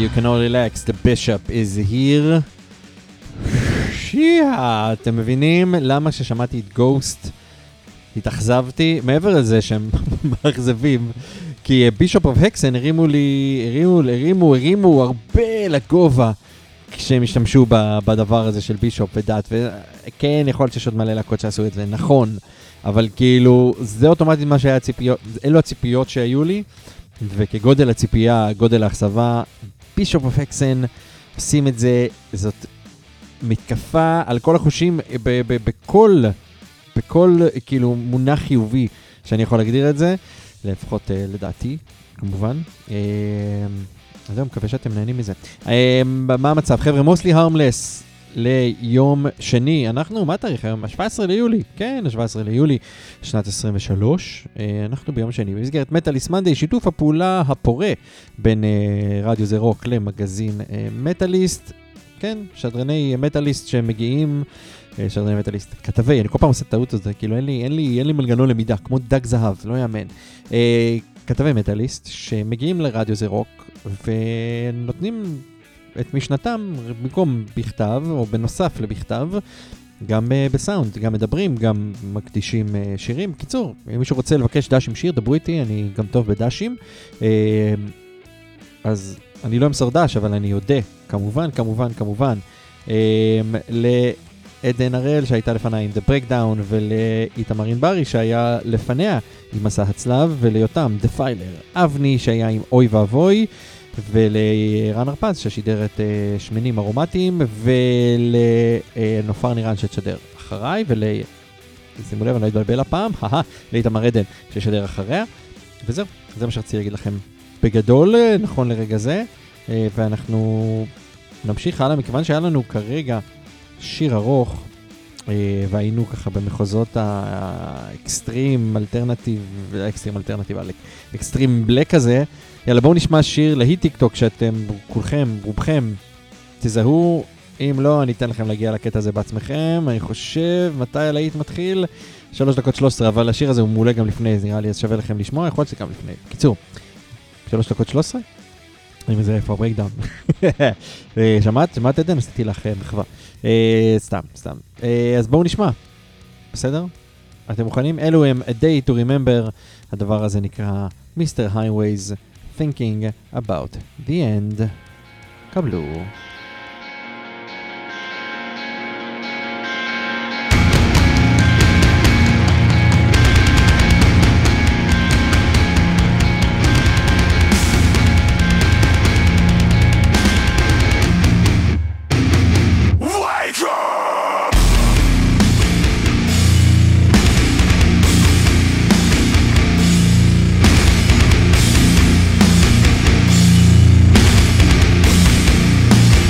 you can all relax, the bishop is here. שיעה, אתם מבינים למה כששמעתי את גוסט התאכזבתי? מעבר לזה שהם מאכזבים, כי בישופ אוף הקסן הרימו הרבה לגובה כשהם השתמשו בדבר הזה של בישופ ודת, וכן, יכול להיות שיש עוד מלא להקות שעשו את זה, נכון, אבל כאילו, זה אוטומטית מה שהיה הציפיות, אלו הציפיות שהיו לי, וכגודל הציפייה, גודל האכזבה, בישופ אוף הקסן עושים את זה, זאת מתקפה על כל החושים, בכל כאילו מונח חיובי שאני יכול להגדיר את זה, לפחות לדעתי, כמובן. אז אני מקווה שאתם נהנים מזה. מה המצב? חבר'ה, מוסלי הרמלס ליום שני. אנחנו, מה התאריך היום? 17 ליולי. כן, 17 ליולי, שנת 23. אנחנו ביום שני. במסגרת מטאליסט מנדי, שיתוף הפעולה הפורה בין רדיו זה רוק למגזין מטאליסט. כן, שדרני מטאליסט שמגיעים, שדרני מטאליסט, כתבי, אני כל פעם עושה טעות הזה, כאילו אין לי מנגנון למידה, כמו דג זהב, לא יאמן. כתבי מטאליסט שמגיעים לרדיו זה רוק, ונותנים את משנתם במקום בכתב, או בנוסף לבכתב, גם בסאונד, גם מדברים, גם מקדישים שירים. קיצור, אם מישהו רוצה לבקש דש עם שיר, דברו איתי, אני גם טוב בדשים. אז אני לא אמסור דש, אבל אני יודע, כמובן, לעדן הראל שהייתה לפניי עם The Breakdown, ולאיתמר ענברי שהיה לפניה עם מסע הצלב, וליותם The Filer, אבני שהיה עם אוי ואבוי, ולרן הרפז ששידר את שמנים ארומטיים, ולנופר נירן שתשדר אחריי, שימו לב, אני לא אתבלבל הפעם, לאיתמר עדן ששדר אחריה, וזהו, זה מה שרציתי להגיד לכם בגדול, נכון לרגע זה, ואנחנו נמשיך הלאה, מכיוון שהיה לנו כרגע שיר ארוך, והיינו ככה במחוזות האקסטרים אקסטרים בלק הזה. יאללה, בואו נשמע שיר להיט טיק טוק שאתם כולכם, רובכם, תזהו. אם לא, אני אתן לכם להגיע לקטע הזה בעצמכם. אני חושב, מתי הלהיט מתחיל? 3:13, אבל השיר הזה הוא מעולה גם לפני, זה נראה לי, אז שווה לכם לשמוע, יכול להיות שזה גם לפני. קיצור, 3:13? אני מזהה איפה הברקדאון. שמעת עדן? עשיתי לך מחווה. סתם. אז בואו נשמע. בסדר? אתם מוכנים? אלו הם A Day to Remember. הדבר הזה נקרא Mr. Highways Thinking About the End. קבלו. Wake up!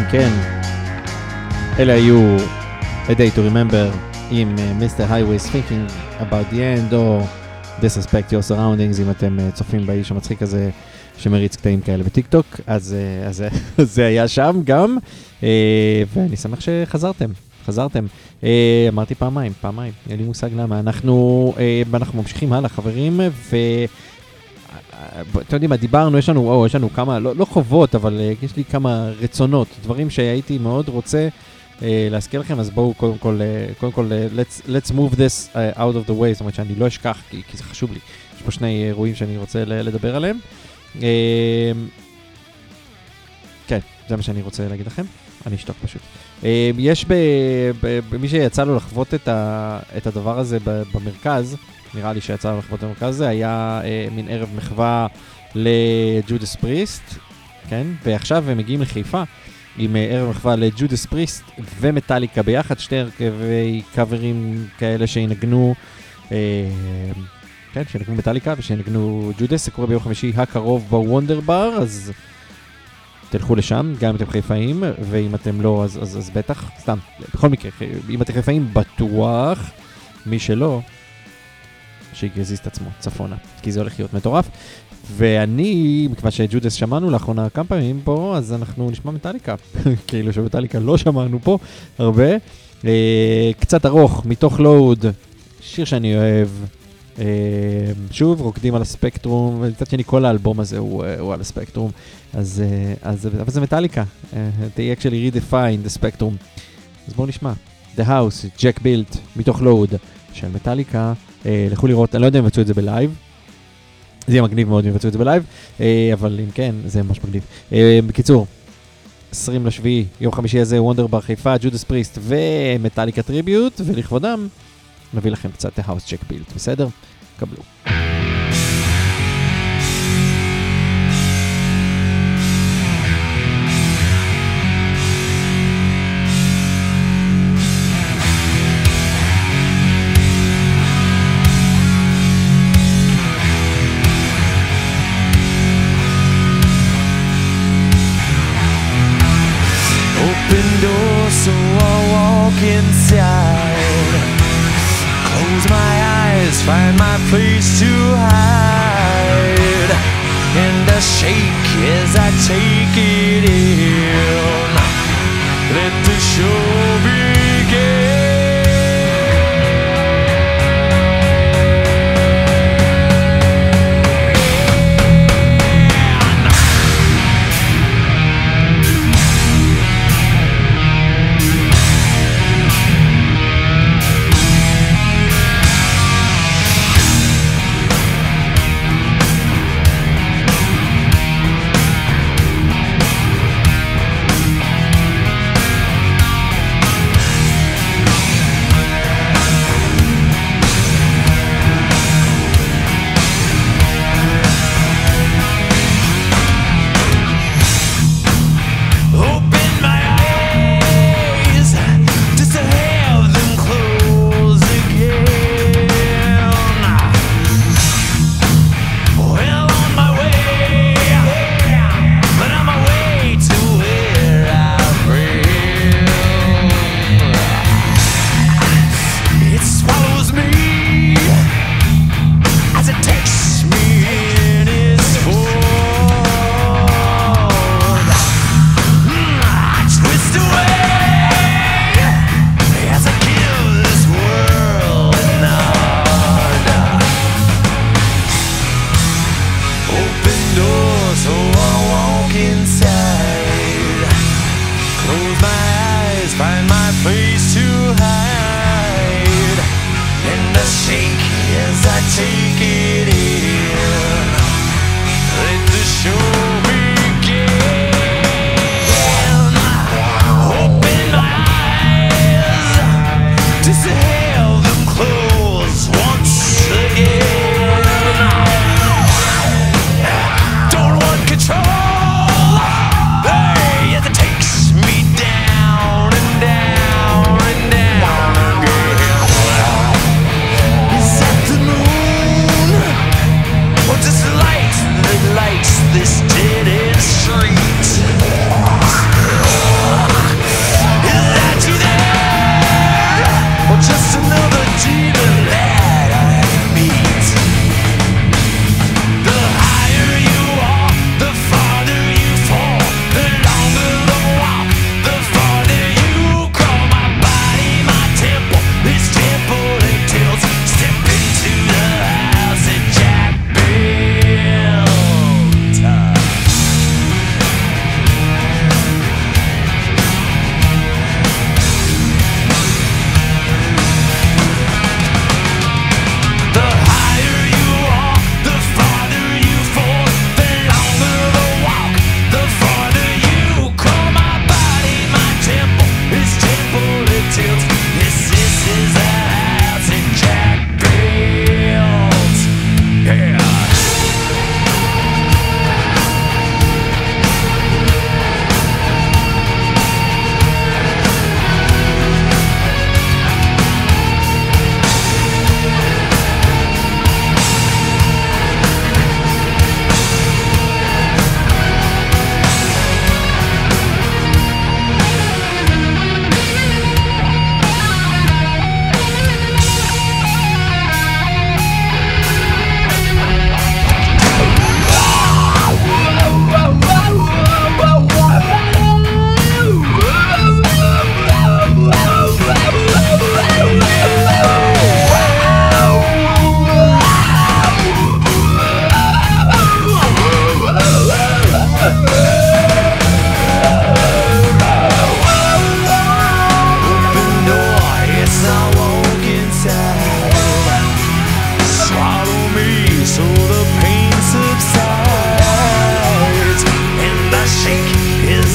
כן, אלה היו A Day to Remember עם Mr. Highways Thinking About the End או Disrespect Your Surroundings, אם אתם צופים באיש המצחיק הזה שמריץ קטעים כאלה בטיק טוק, אז זה היה שם גם, ואני שמח שחזרתם. אמרתי פעמיים, אין לי מושג למה. אנחנו ממשיכים הלאה, חברים, אתם יודעים מה, דיברנו, יש לנו כמה, לא חובות, אבל יש לי כמה רצונות, דברים שהייתי מאוד רוצה להזכיר לכם, אז בואו קודם כל, let's move this out of the way, זאת אומרת שאני לא אשכח, כי זה חשוב לי. יש פה שני אירועים שאני רוצה לדבר עליהם. כן, זה מה שאני רוצה להגיד לכם, אני אשתוק פשוט. יש במי שיצא לו לחוות את הדבר הזה במרכז, נראה לי שיצא לו לחוות במרכז הזה, היה מין ערב מחווה לג'ודס פריסט, כן? ועכשיו הם מגיעים לחיפה עם ערב מחווה לג'ודס פריסט ומטליקה ביחד, שתי הרכבי קאברים כאלה שינגנו, כן, שינגנו מטליקה ושינגנו ג'ודס, זה קורה ביום חמישי הקרוב בוונדר בר, אז תלכו לשם, גם אם אתם חיפאים, ואם אתם לא, אז בטח, סתם, בכל מקרה, אם אתם חיפאים בטוח, מי שלא, שיגזיז את עצמו, צפונה, כי זה הולך להיות מטורף. ואני, מכיוון שג'ודס שמענו לאחרונה כמה פעמים פה, אז אנחנו נשמע מטליקה, כאילו שמטליקה לא שמענו פה הרבה. קצת ארוך, מתוך לואוד, שיר שאני אוהב, שוב, רוקדים על הספקטרום, וקצת שני כל האלבום הזה הוא על הספקטרום, אבל זה מטליקה, they actually redefined the spectrum. אז בואו נשמע, The House, Jack Built, מתוך לואוד, של מטליקה, לכו לראות, אני לא יודע אם יבצעו את זה בלייב, זה יהיה מגניב מאוד אם יבצעו את זה בלייב, אבל אם כן, זה ממש מגניב. בקיצור, 20 לשביעי, יום חמישי הזה, וונדר בר חיפה, ג'ודס פריסט ומטליקה טריביוט, ולכבודם נביא לכם קצת The House Jack Built, בסדר? קבלו. Open door so I'll walk inside, close my eyes, find my place to hide, and I shake as I take it in, let the show begin.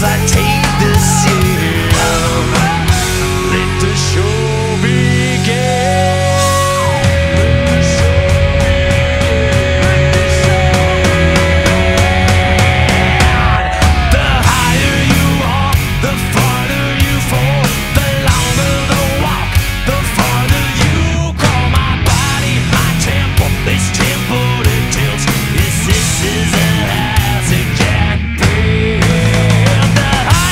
I take this in. Let the show begin. The higher you are, the farther you fall. The longer the walk, the farther you crawl. My body, my temple, this temple that tilts. This is a house it can't be. The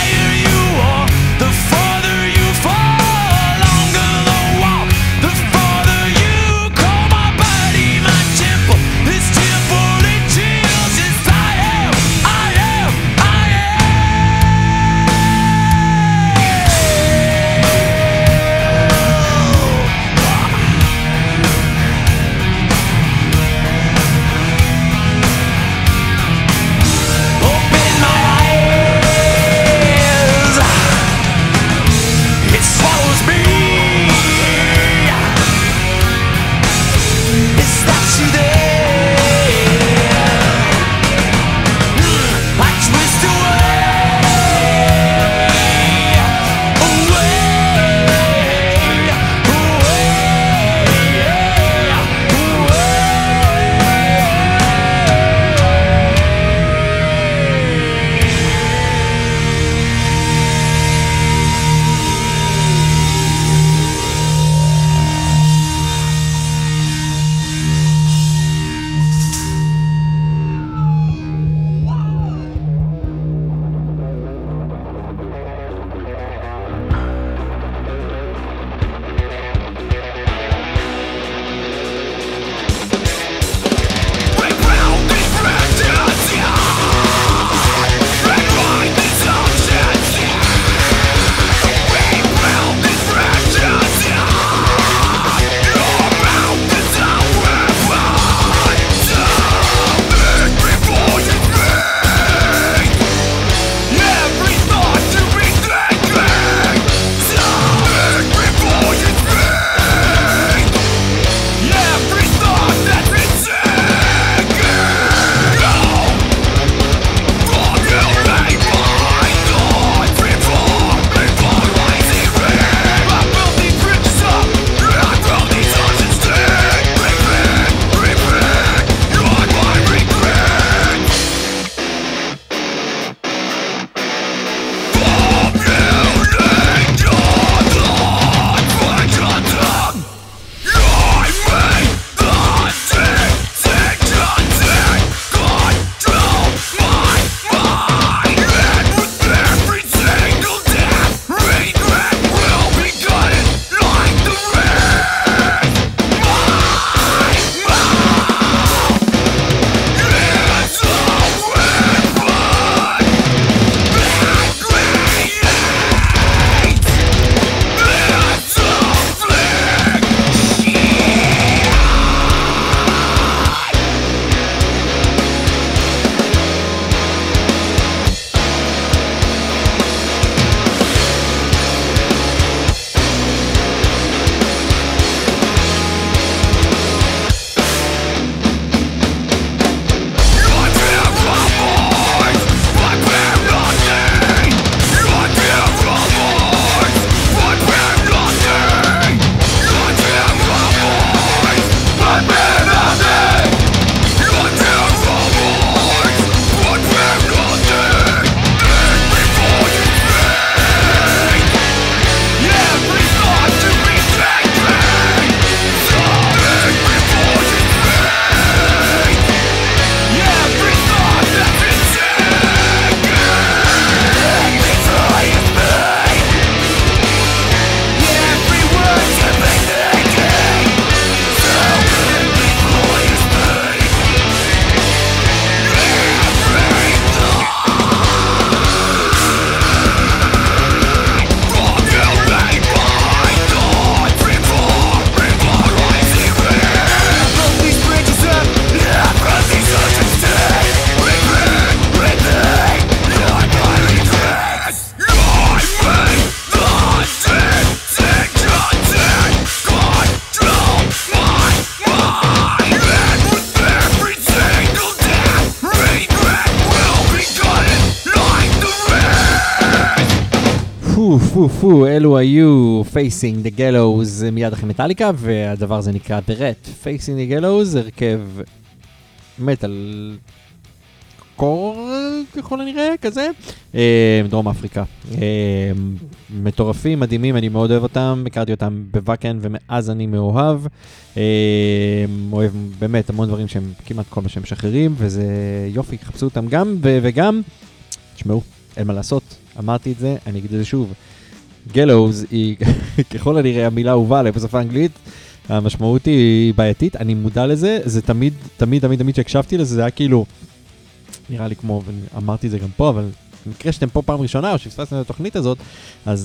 אלו היו Facing the Gallows מיד אחרי מטאליקה, והדבר הזה נקרא The Rat. Facing the Gallows, הרכב מטל קור ככל הנראה, כזה, דרום אפריקה. מטורפים, מדהימים, אני מאוד אוהב אותם, הכרתי אותם בוואקן ומאז אני מאוהב. אוהב באמת המון דברים שהם כמעט כל מה שהם משחררים, וזה יופי, חפשו אותם גם, וגם, תשמעו, אין מה לעשות, אמרתי את זה, אני אגיד את זה שוב. גלוז היא ככל הנראה המילה האהובה עליי בשפה האנגלית, המשמעות היא בעייתית, אני מודע לזה, זה תמיד שהקשבתי לזה, זה היה כאילו, נראה לי כמו, ואמרתי את זה גם פה, אבל במקרה שאתם פה פעם ראשונה, או שפספסתם את התוכנית הזאת, אז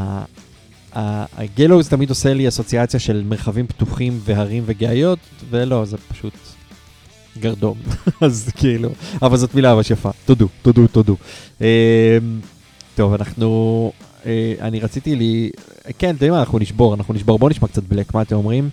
הגלוז תמיד עושה לי אסוציאציה של מרחבים פתוחים והרים וגאיות, ולא, זה פשוט גרדום. אז כאילו, אבל זאת מילה ממש יפה. תודו. טוב, אני רציתי לי, כן, די מה, אנחנו נשבור, בואו נשמע קצת בלק, מה אתם אומרים?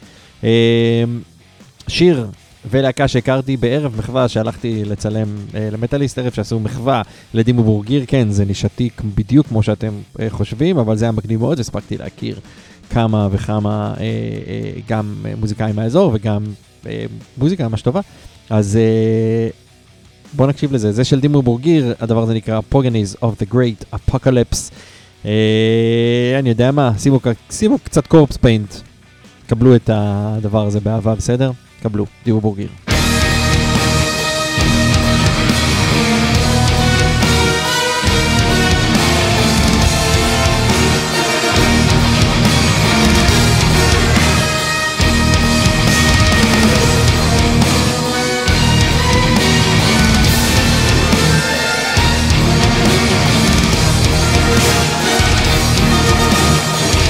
שיר ולהקה שהכרתי בערב מחווה שהלכתי לצלם למטליסט, ערב שעשו מחווה לדימו בורגיר, כן, זה נישתי בדיוק כמו שאתם חושבים, אבל זה היה מגניב מאוד, הספקתי להכיר כמה וכמה גם מוזיקאים מהאזור וגם מוזיקה ממש טובה, אז בואו נקשיב לזה, זה של דימו בורגיר, הדבר הזה נקרא Pogonies of the Great Apocalypse, אני יודע מה, שימו קצת קורפס פיינט, קבלו את הדבר הזה באהבה, בסדר? קבלו, דימו בורגיר.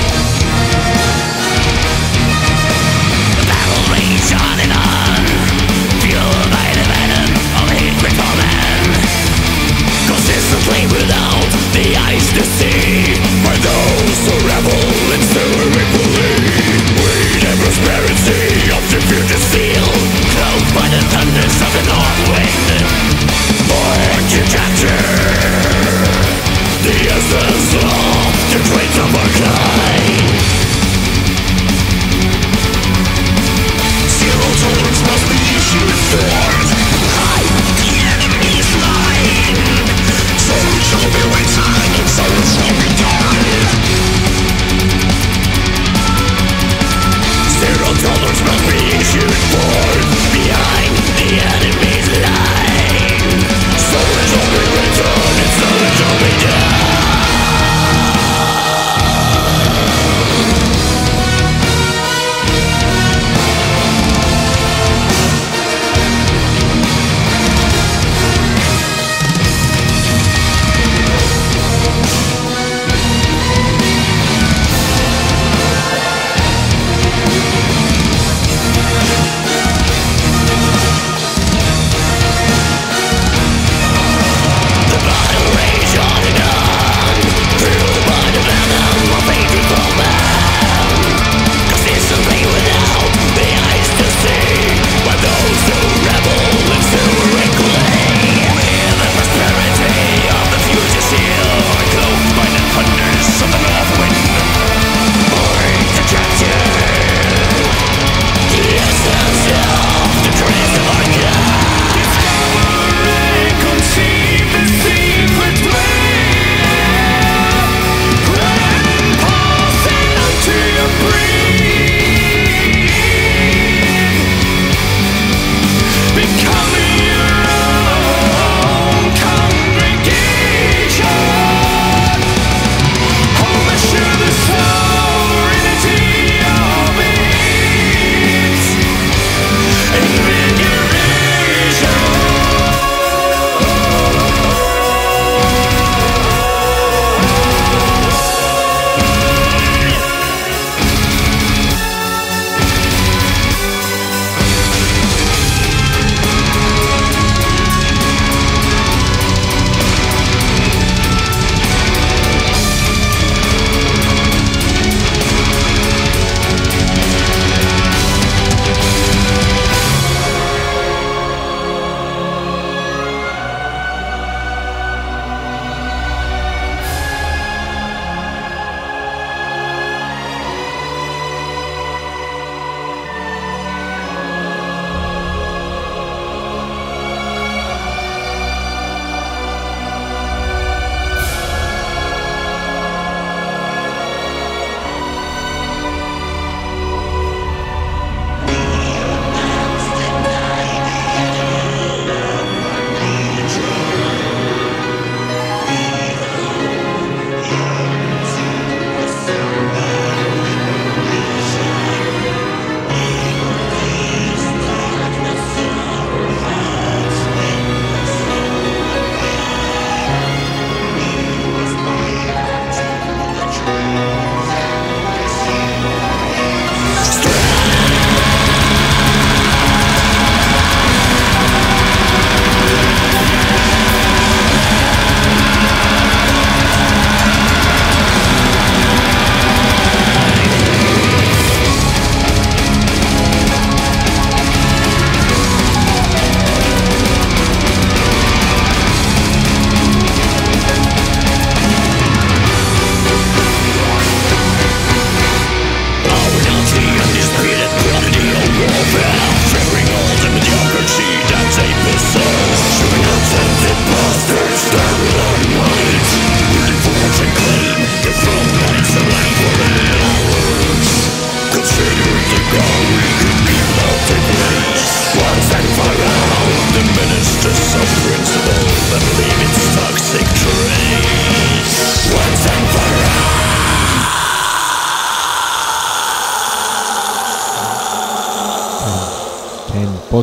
Battle rage on and on.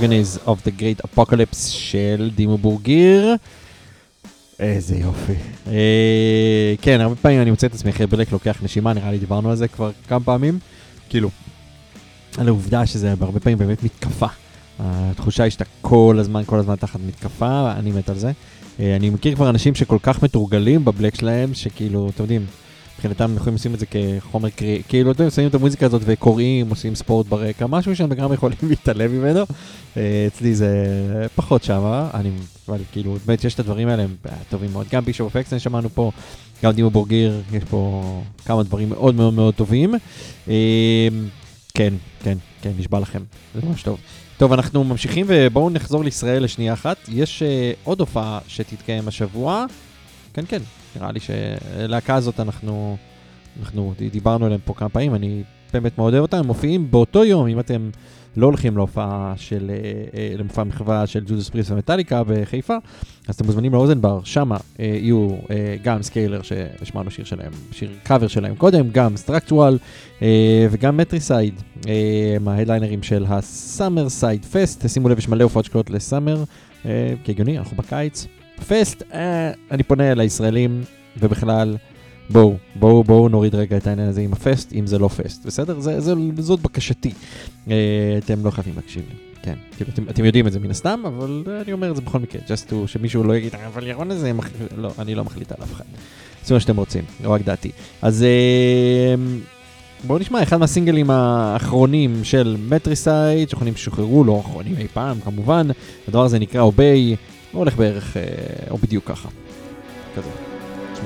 Progenies of the Great Apocalypse של דימו בורגיר. איזה יופי. כן, הרבה פעמים אני מוצא את עצמי אחרי בלק לוקח נשימה, נראה לי דיברנו על זה כבר כמה פעמים. כאילו, על העובדה שזה הרבה פעמים באמת מתקפה. התחושה היא שאתה כל הזמן תחת מתקפה, אני מת על זה. אני מכיר כבר אנשים שכל כך מתורגלים בבלק שלהם, שכאילו, אתם יודעים, מבחינתם הם יכולים לשים את זה כחומר קריאי, כאילו, אתם שמים את המוזיקה הזאת וקוראים, עושים ספורט ברקע, משהו שהם גם יכולים להתעלם ממנו. אצלי זה פחות שמה, אבל כאילו, באמת יש את הדברים האלה, הם טובים מאוד. גם בישופ אוף אקסטן שמענו פה, גם דימו בורגיר, יש פה כמה דברים מאוד מאוד מאוד טובים. כן, נשבע לכם, זה ממש טוב. טוב, אנחנו ממשיכים ובואו נחזור לישראל לשנייה אחת. יש עוד הופעה שתתקיים השבוע. כן, נראה לי שלהקה הזאת אנחנו דיברנו עליהם פה כמה פעמים, אני באמת מאוד אוהב אותם. הם מופיעים באותו יום, אם אתם לא הולכים להופעה למופע מחווה של ג'ודס פריסט ומטליקה בחיפה, אז אתם מוזמנים לאוזנבר, שמה יהיו גם סקיילר שהשמענו שיר שלהם, שיר קאבר שלהם קודם, גם סטרקטואל וגם מטריסייד, ההדליינרים של הסאמר סייד פסט. שימו לב, יש מלא הופעות שקולות לסאמר, כהגיוני, אנחנו בקיץ. פסט, אני פונה לישראלים ובכלל, בואו נוריד רגע את העניין הזה עם הפסט, אם זה לא פסט, בסדר? זאת בקשתי. אתם לא חייבים להקשיב לי, כן. כאילו, אתם יודעים את זה מן הסתם, אבל אני אומר את זה בכל מקרה, just to, שמישהו לא יגיד, אבל ירון הזה, לא, אני לא מחליט על אף אחד. זה מה שאתם רוצים, לא רק דעתי. אז בואו נשמע, אחד מהסינגלים האחרונים של מטריסייד, שאחרונים שוחררו, לא אחרונים אי פעם, כמובן. הדבר הזה נקרא אוביי, הוא הולך בערך, או בדיוק ככה. כזה. תשמעו.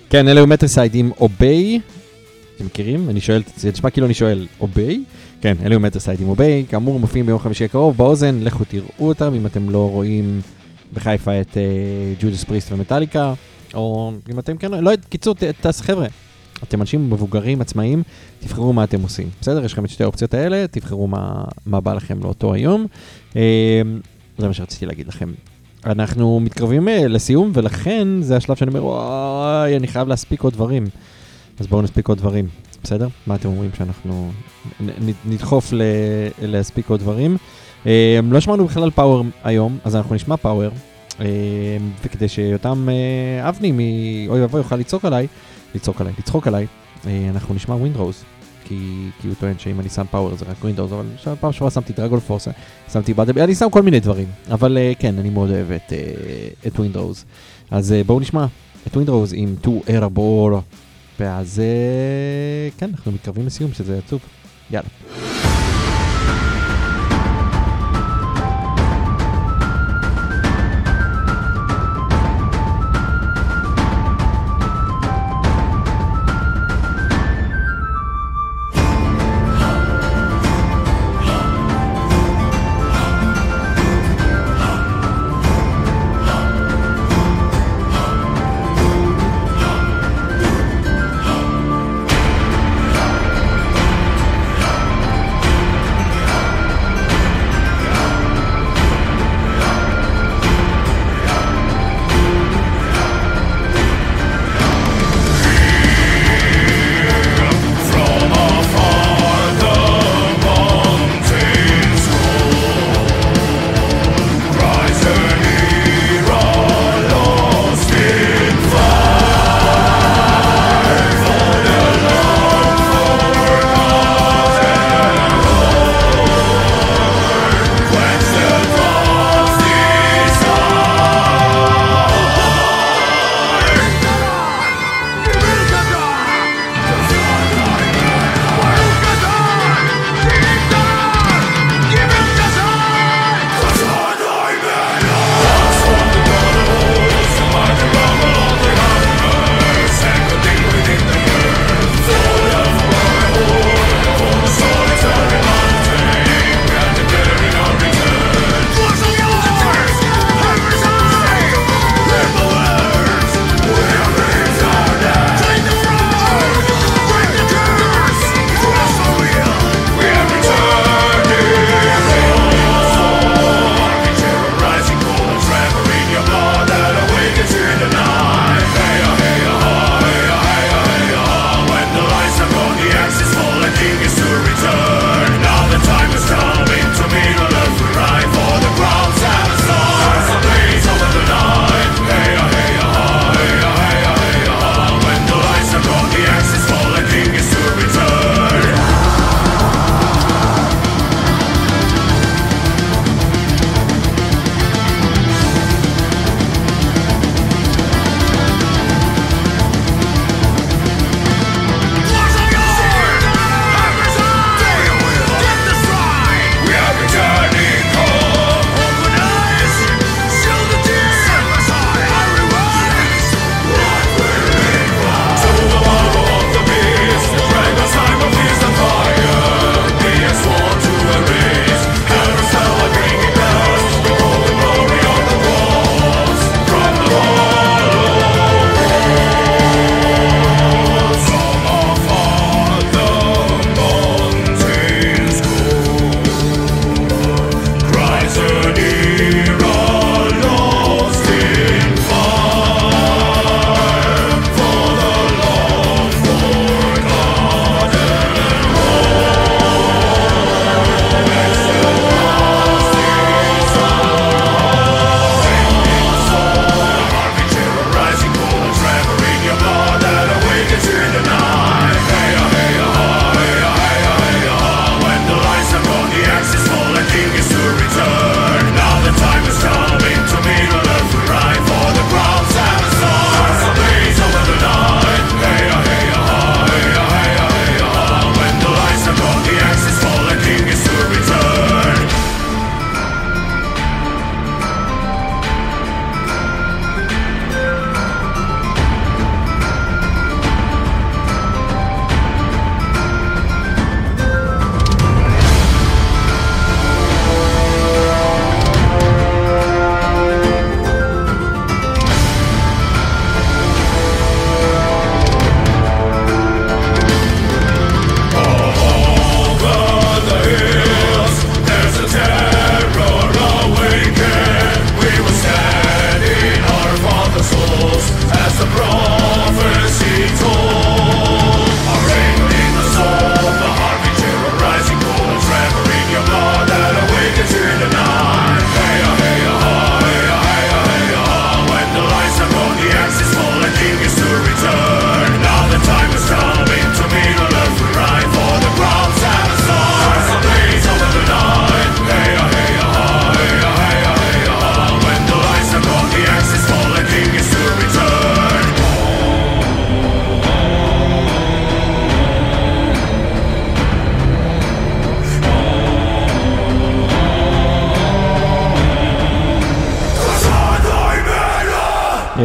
כן, אלה הוא מטריסייד עם אוביי. אתם מכירים? אני שואל, זה נשמע כאילו אני שואל, אוביי? כן, אלה הוא מטריסייד עם אוביי. כאמור, מופיעים ביום חמישי הקרוב באוזן. לכו תראו אותם אם אתם לא רואים בחיפה את ג'ודס פריסט ומטליקה. או אם אתם כן, לא, קיצור, חבר'ה. אתם אנשים מבוגרים, עצמאיים, תבחרו מה אתם עושים. בסדר? יש לכם את שתי האופציות האלה, תבחרו מה בא לכם לאותו היום. זה מה שרציתי להגיד לכם. אנחנו מתקרבים לסיום, ולכן זה השלב שאני אומר, וואי, אני חייב להספיק עוד דברים. אז בואו נספיק עוד דברים, בסדר? מה אתם אומרים שאנחנו נדחוף להספיק עוד דברים? לא שמענו בכלל פאוור היום, אז אנחנו נשמע פאוור, וכדי שיותם אבני מאוי ואבוי יוכל לצחוק עליי, אנחנו נשמע ווינדרוז. כי הוא טוען שאם אני שם פאוור זה רק ווינדוס, אבל פעם שעברה שמתי דרגון פורס, שמתי באטל, אני שם כל מיני דברים, אבל כן, אני מאוד אוהב את ווינדוס. אז בואו נשמע את ווינדוס עם To Airable, ואז כן, אנחנו מתקרבים לסיום, שזה עצוב. יאללה.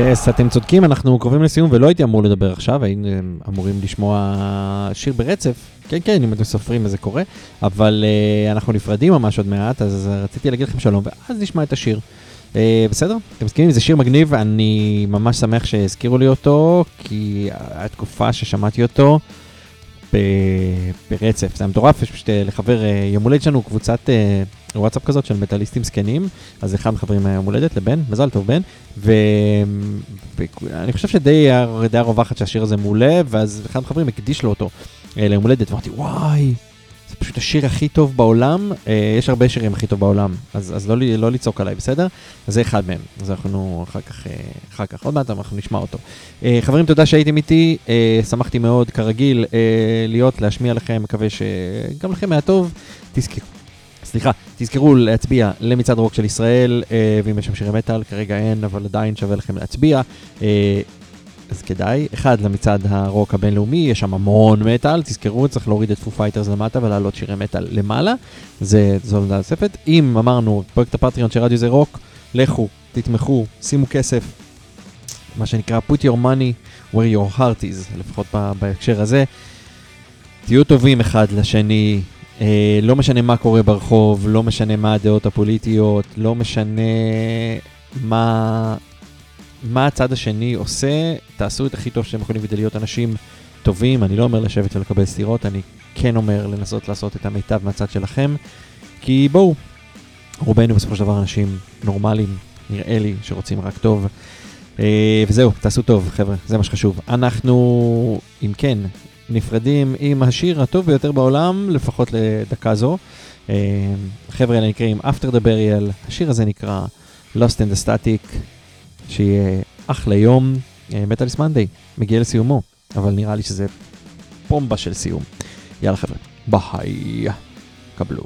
יס, אתם צודקים, אנחנו קרובים לסיום ולא הייתי אמור לדבר עכשיו, היינו אמורים לשמוע שיר ברצף, כן, כן, אם אתם סופרים וזה קורה, אבל אנחנו נפרדים ממש עוד מעט, אז רציתי להגיד לכם שלום, ואז נשמע את השיר. בסדר? אתם מסכימים? זה שיר מגניב, אני ממש שמח שהזכירו לי אותו, כי התקופה ששמעתי אותו ברצף, זה מטורף, יש פשוט לחבר יום הולדת שלנו, קבוצת וואטסאפ כזאת של מטאליסטים סקנים, אז אחד מחברים יום הולדת לבן, מזל טוב בן, ואני חושב שדי הרווחת שהשיר הזה מעולה, ואז אחד מחברים הקדיש לו אותו ליום הולדת, ואמרתי וואי, זה פשוט השיר הכי טוב בעולם, יש הרבה שירים הכי טוב בעולם, אז לא לצעוק עליי, בסדר? אז זה אחד מהם, אז אנחנו אחר כך, עוד מעט אנחנו נשמע אותו. חברים, תודה שהייתם איתי, שמחתי מאוד כרגיל להשמיע לכם, מקווה שגם לכם היה טוב, תזכרו להצביע למצעד רוק של ישראל, ואם יש שם שירי מטל, כרגע אין, אבל עדיין שווה לכם להצביע, אז כדאי, אחד למצעד הרוק הבינלאומי, יש שם המון מטל, תזכרו, צריך להוריד את פו פייטרס למטה ולהעלות שירי מטל למעלה, זו נדעה נוספת. אם אמרנו, פרויקט הפטריון של רדיו זה רוק, לכו, תתמכו, שימו כסף, מה שנקרא put your money where your heart is, לפחות בהקשר הזה, תהיו טובים אחד לשני, לא משנה מה קורה ברחוב, לא משנה מה הדעות הפוליטיות, לא משנה מה הצד השני עושה, תעשו את הכי טוב שאתם יכולים כדי להיות אנשים טובים. אני לא אומר לשבת ולקבל סתירות, אני כן אומר לנסות לעשות את המיטב מהצד שלכם, כי בואו, רובנו בסופו של דבר אנשים נורמליים, נראה לי שרוצים רק טוב, וזהו, תעשו טוב חבר'ה, זה מה שחשוב. אנחנו, אם כן, נפרדים עם השיר הטוב ביותר בעולם, לפחות לדקה זו. חבר'ה האלה נקראים After the Burial, השיר הזה נקרא Lost in the Static, שיהיה אחלה יום, מטאליסט מנדי, מגיע לסיומו, אבל נראה לי שזה פומבה של סיום. יאללה חבר'ה, ביי, קבלו.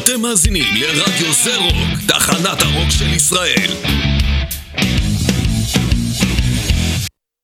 אתם מאזינים לרדיו זה רוק, תחנת הרוק של ישראל.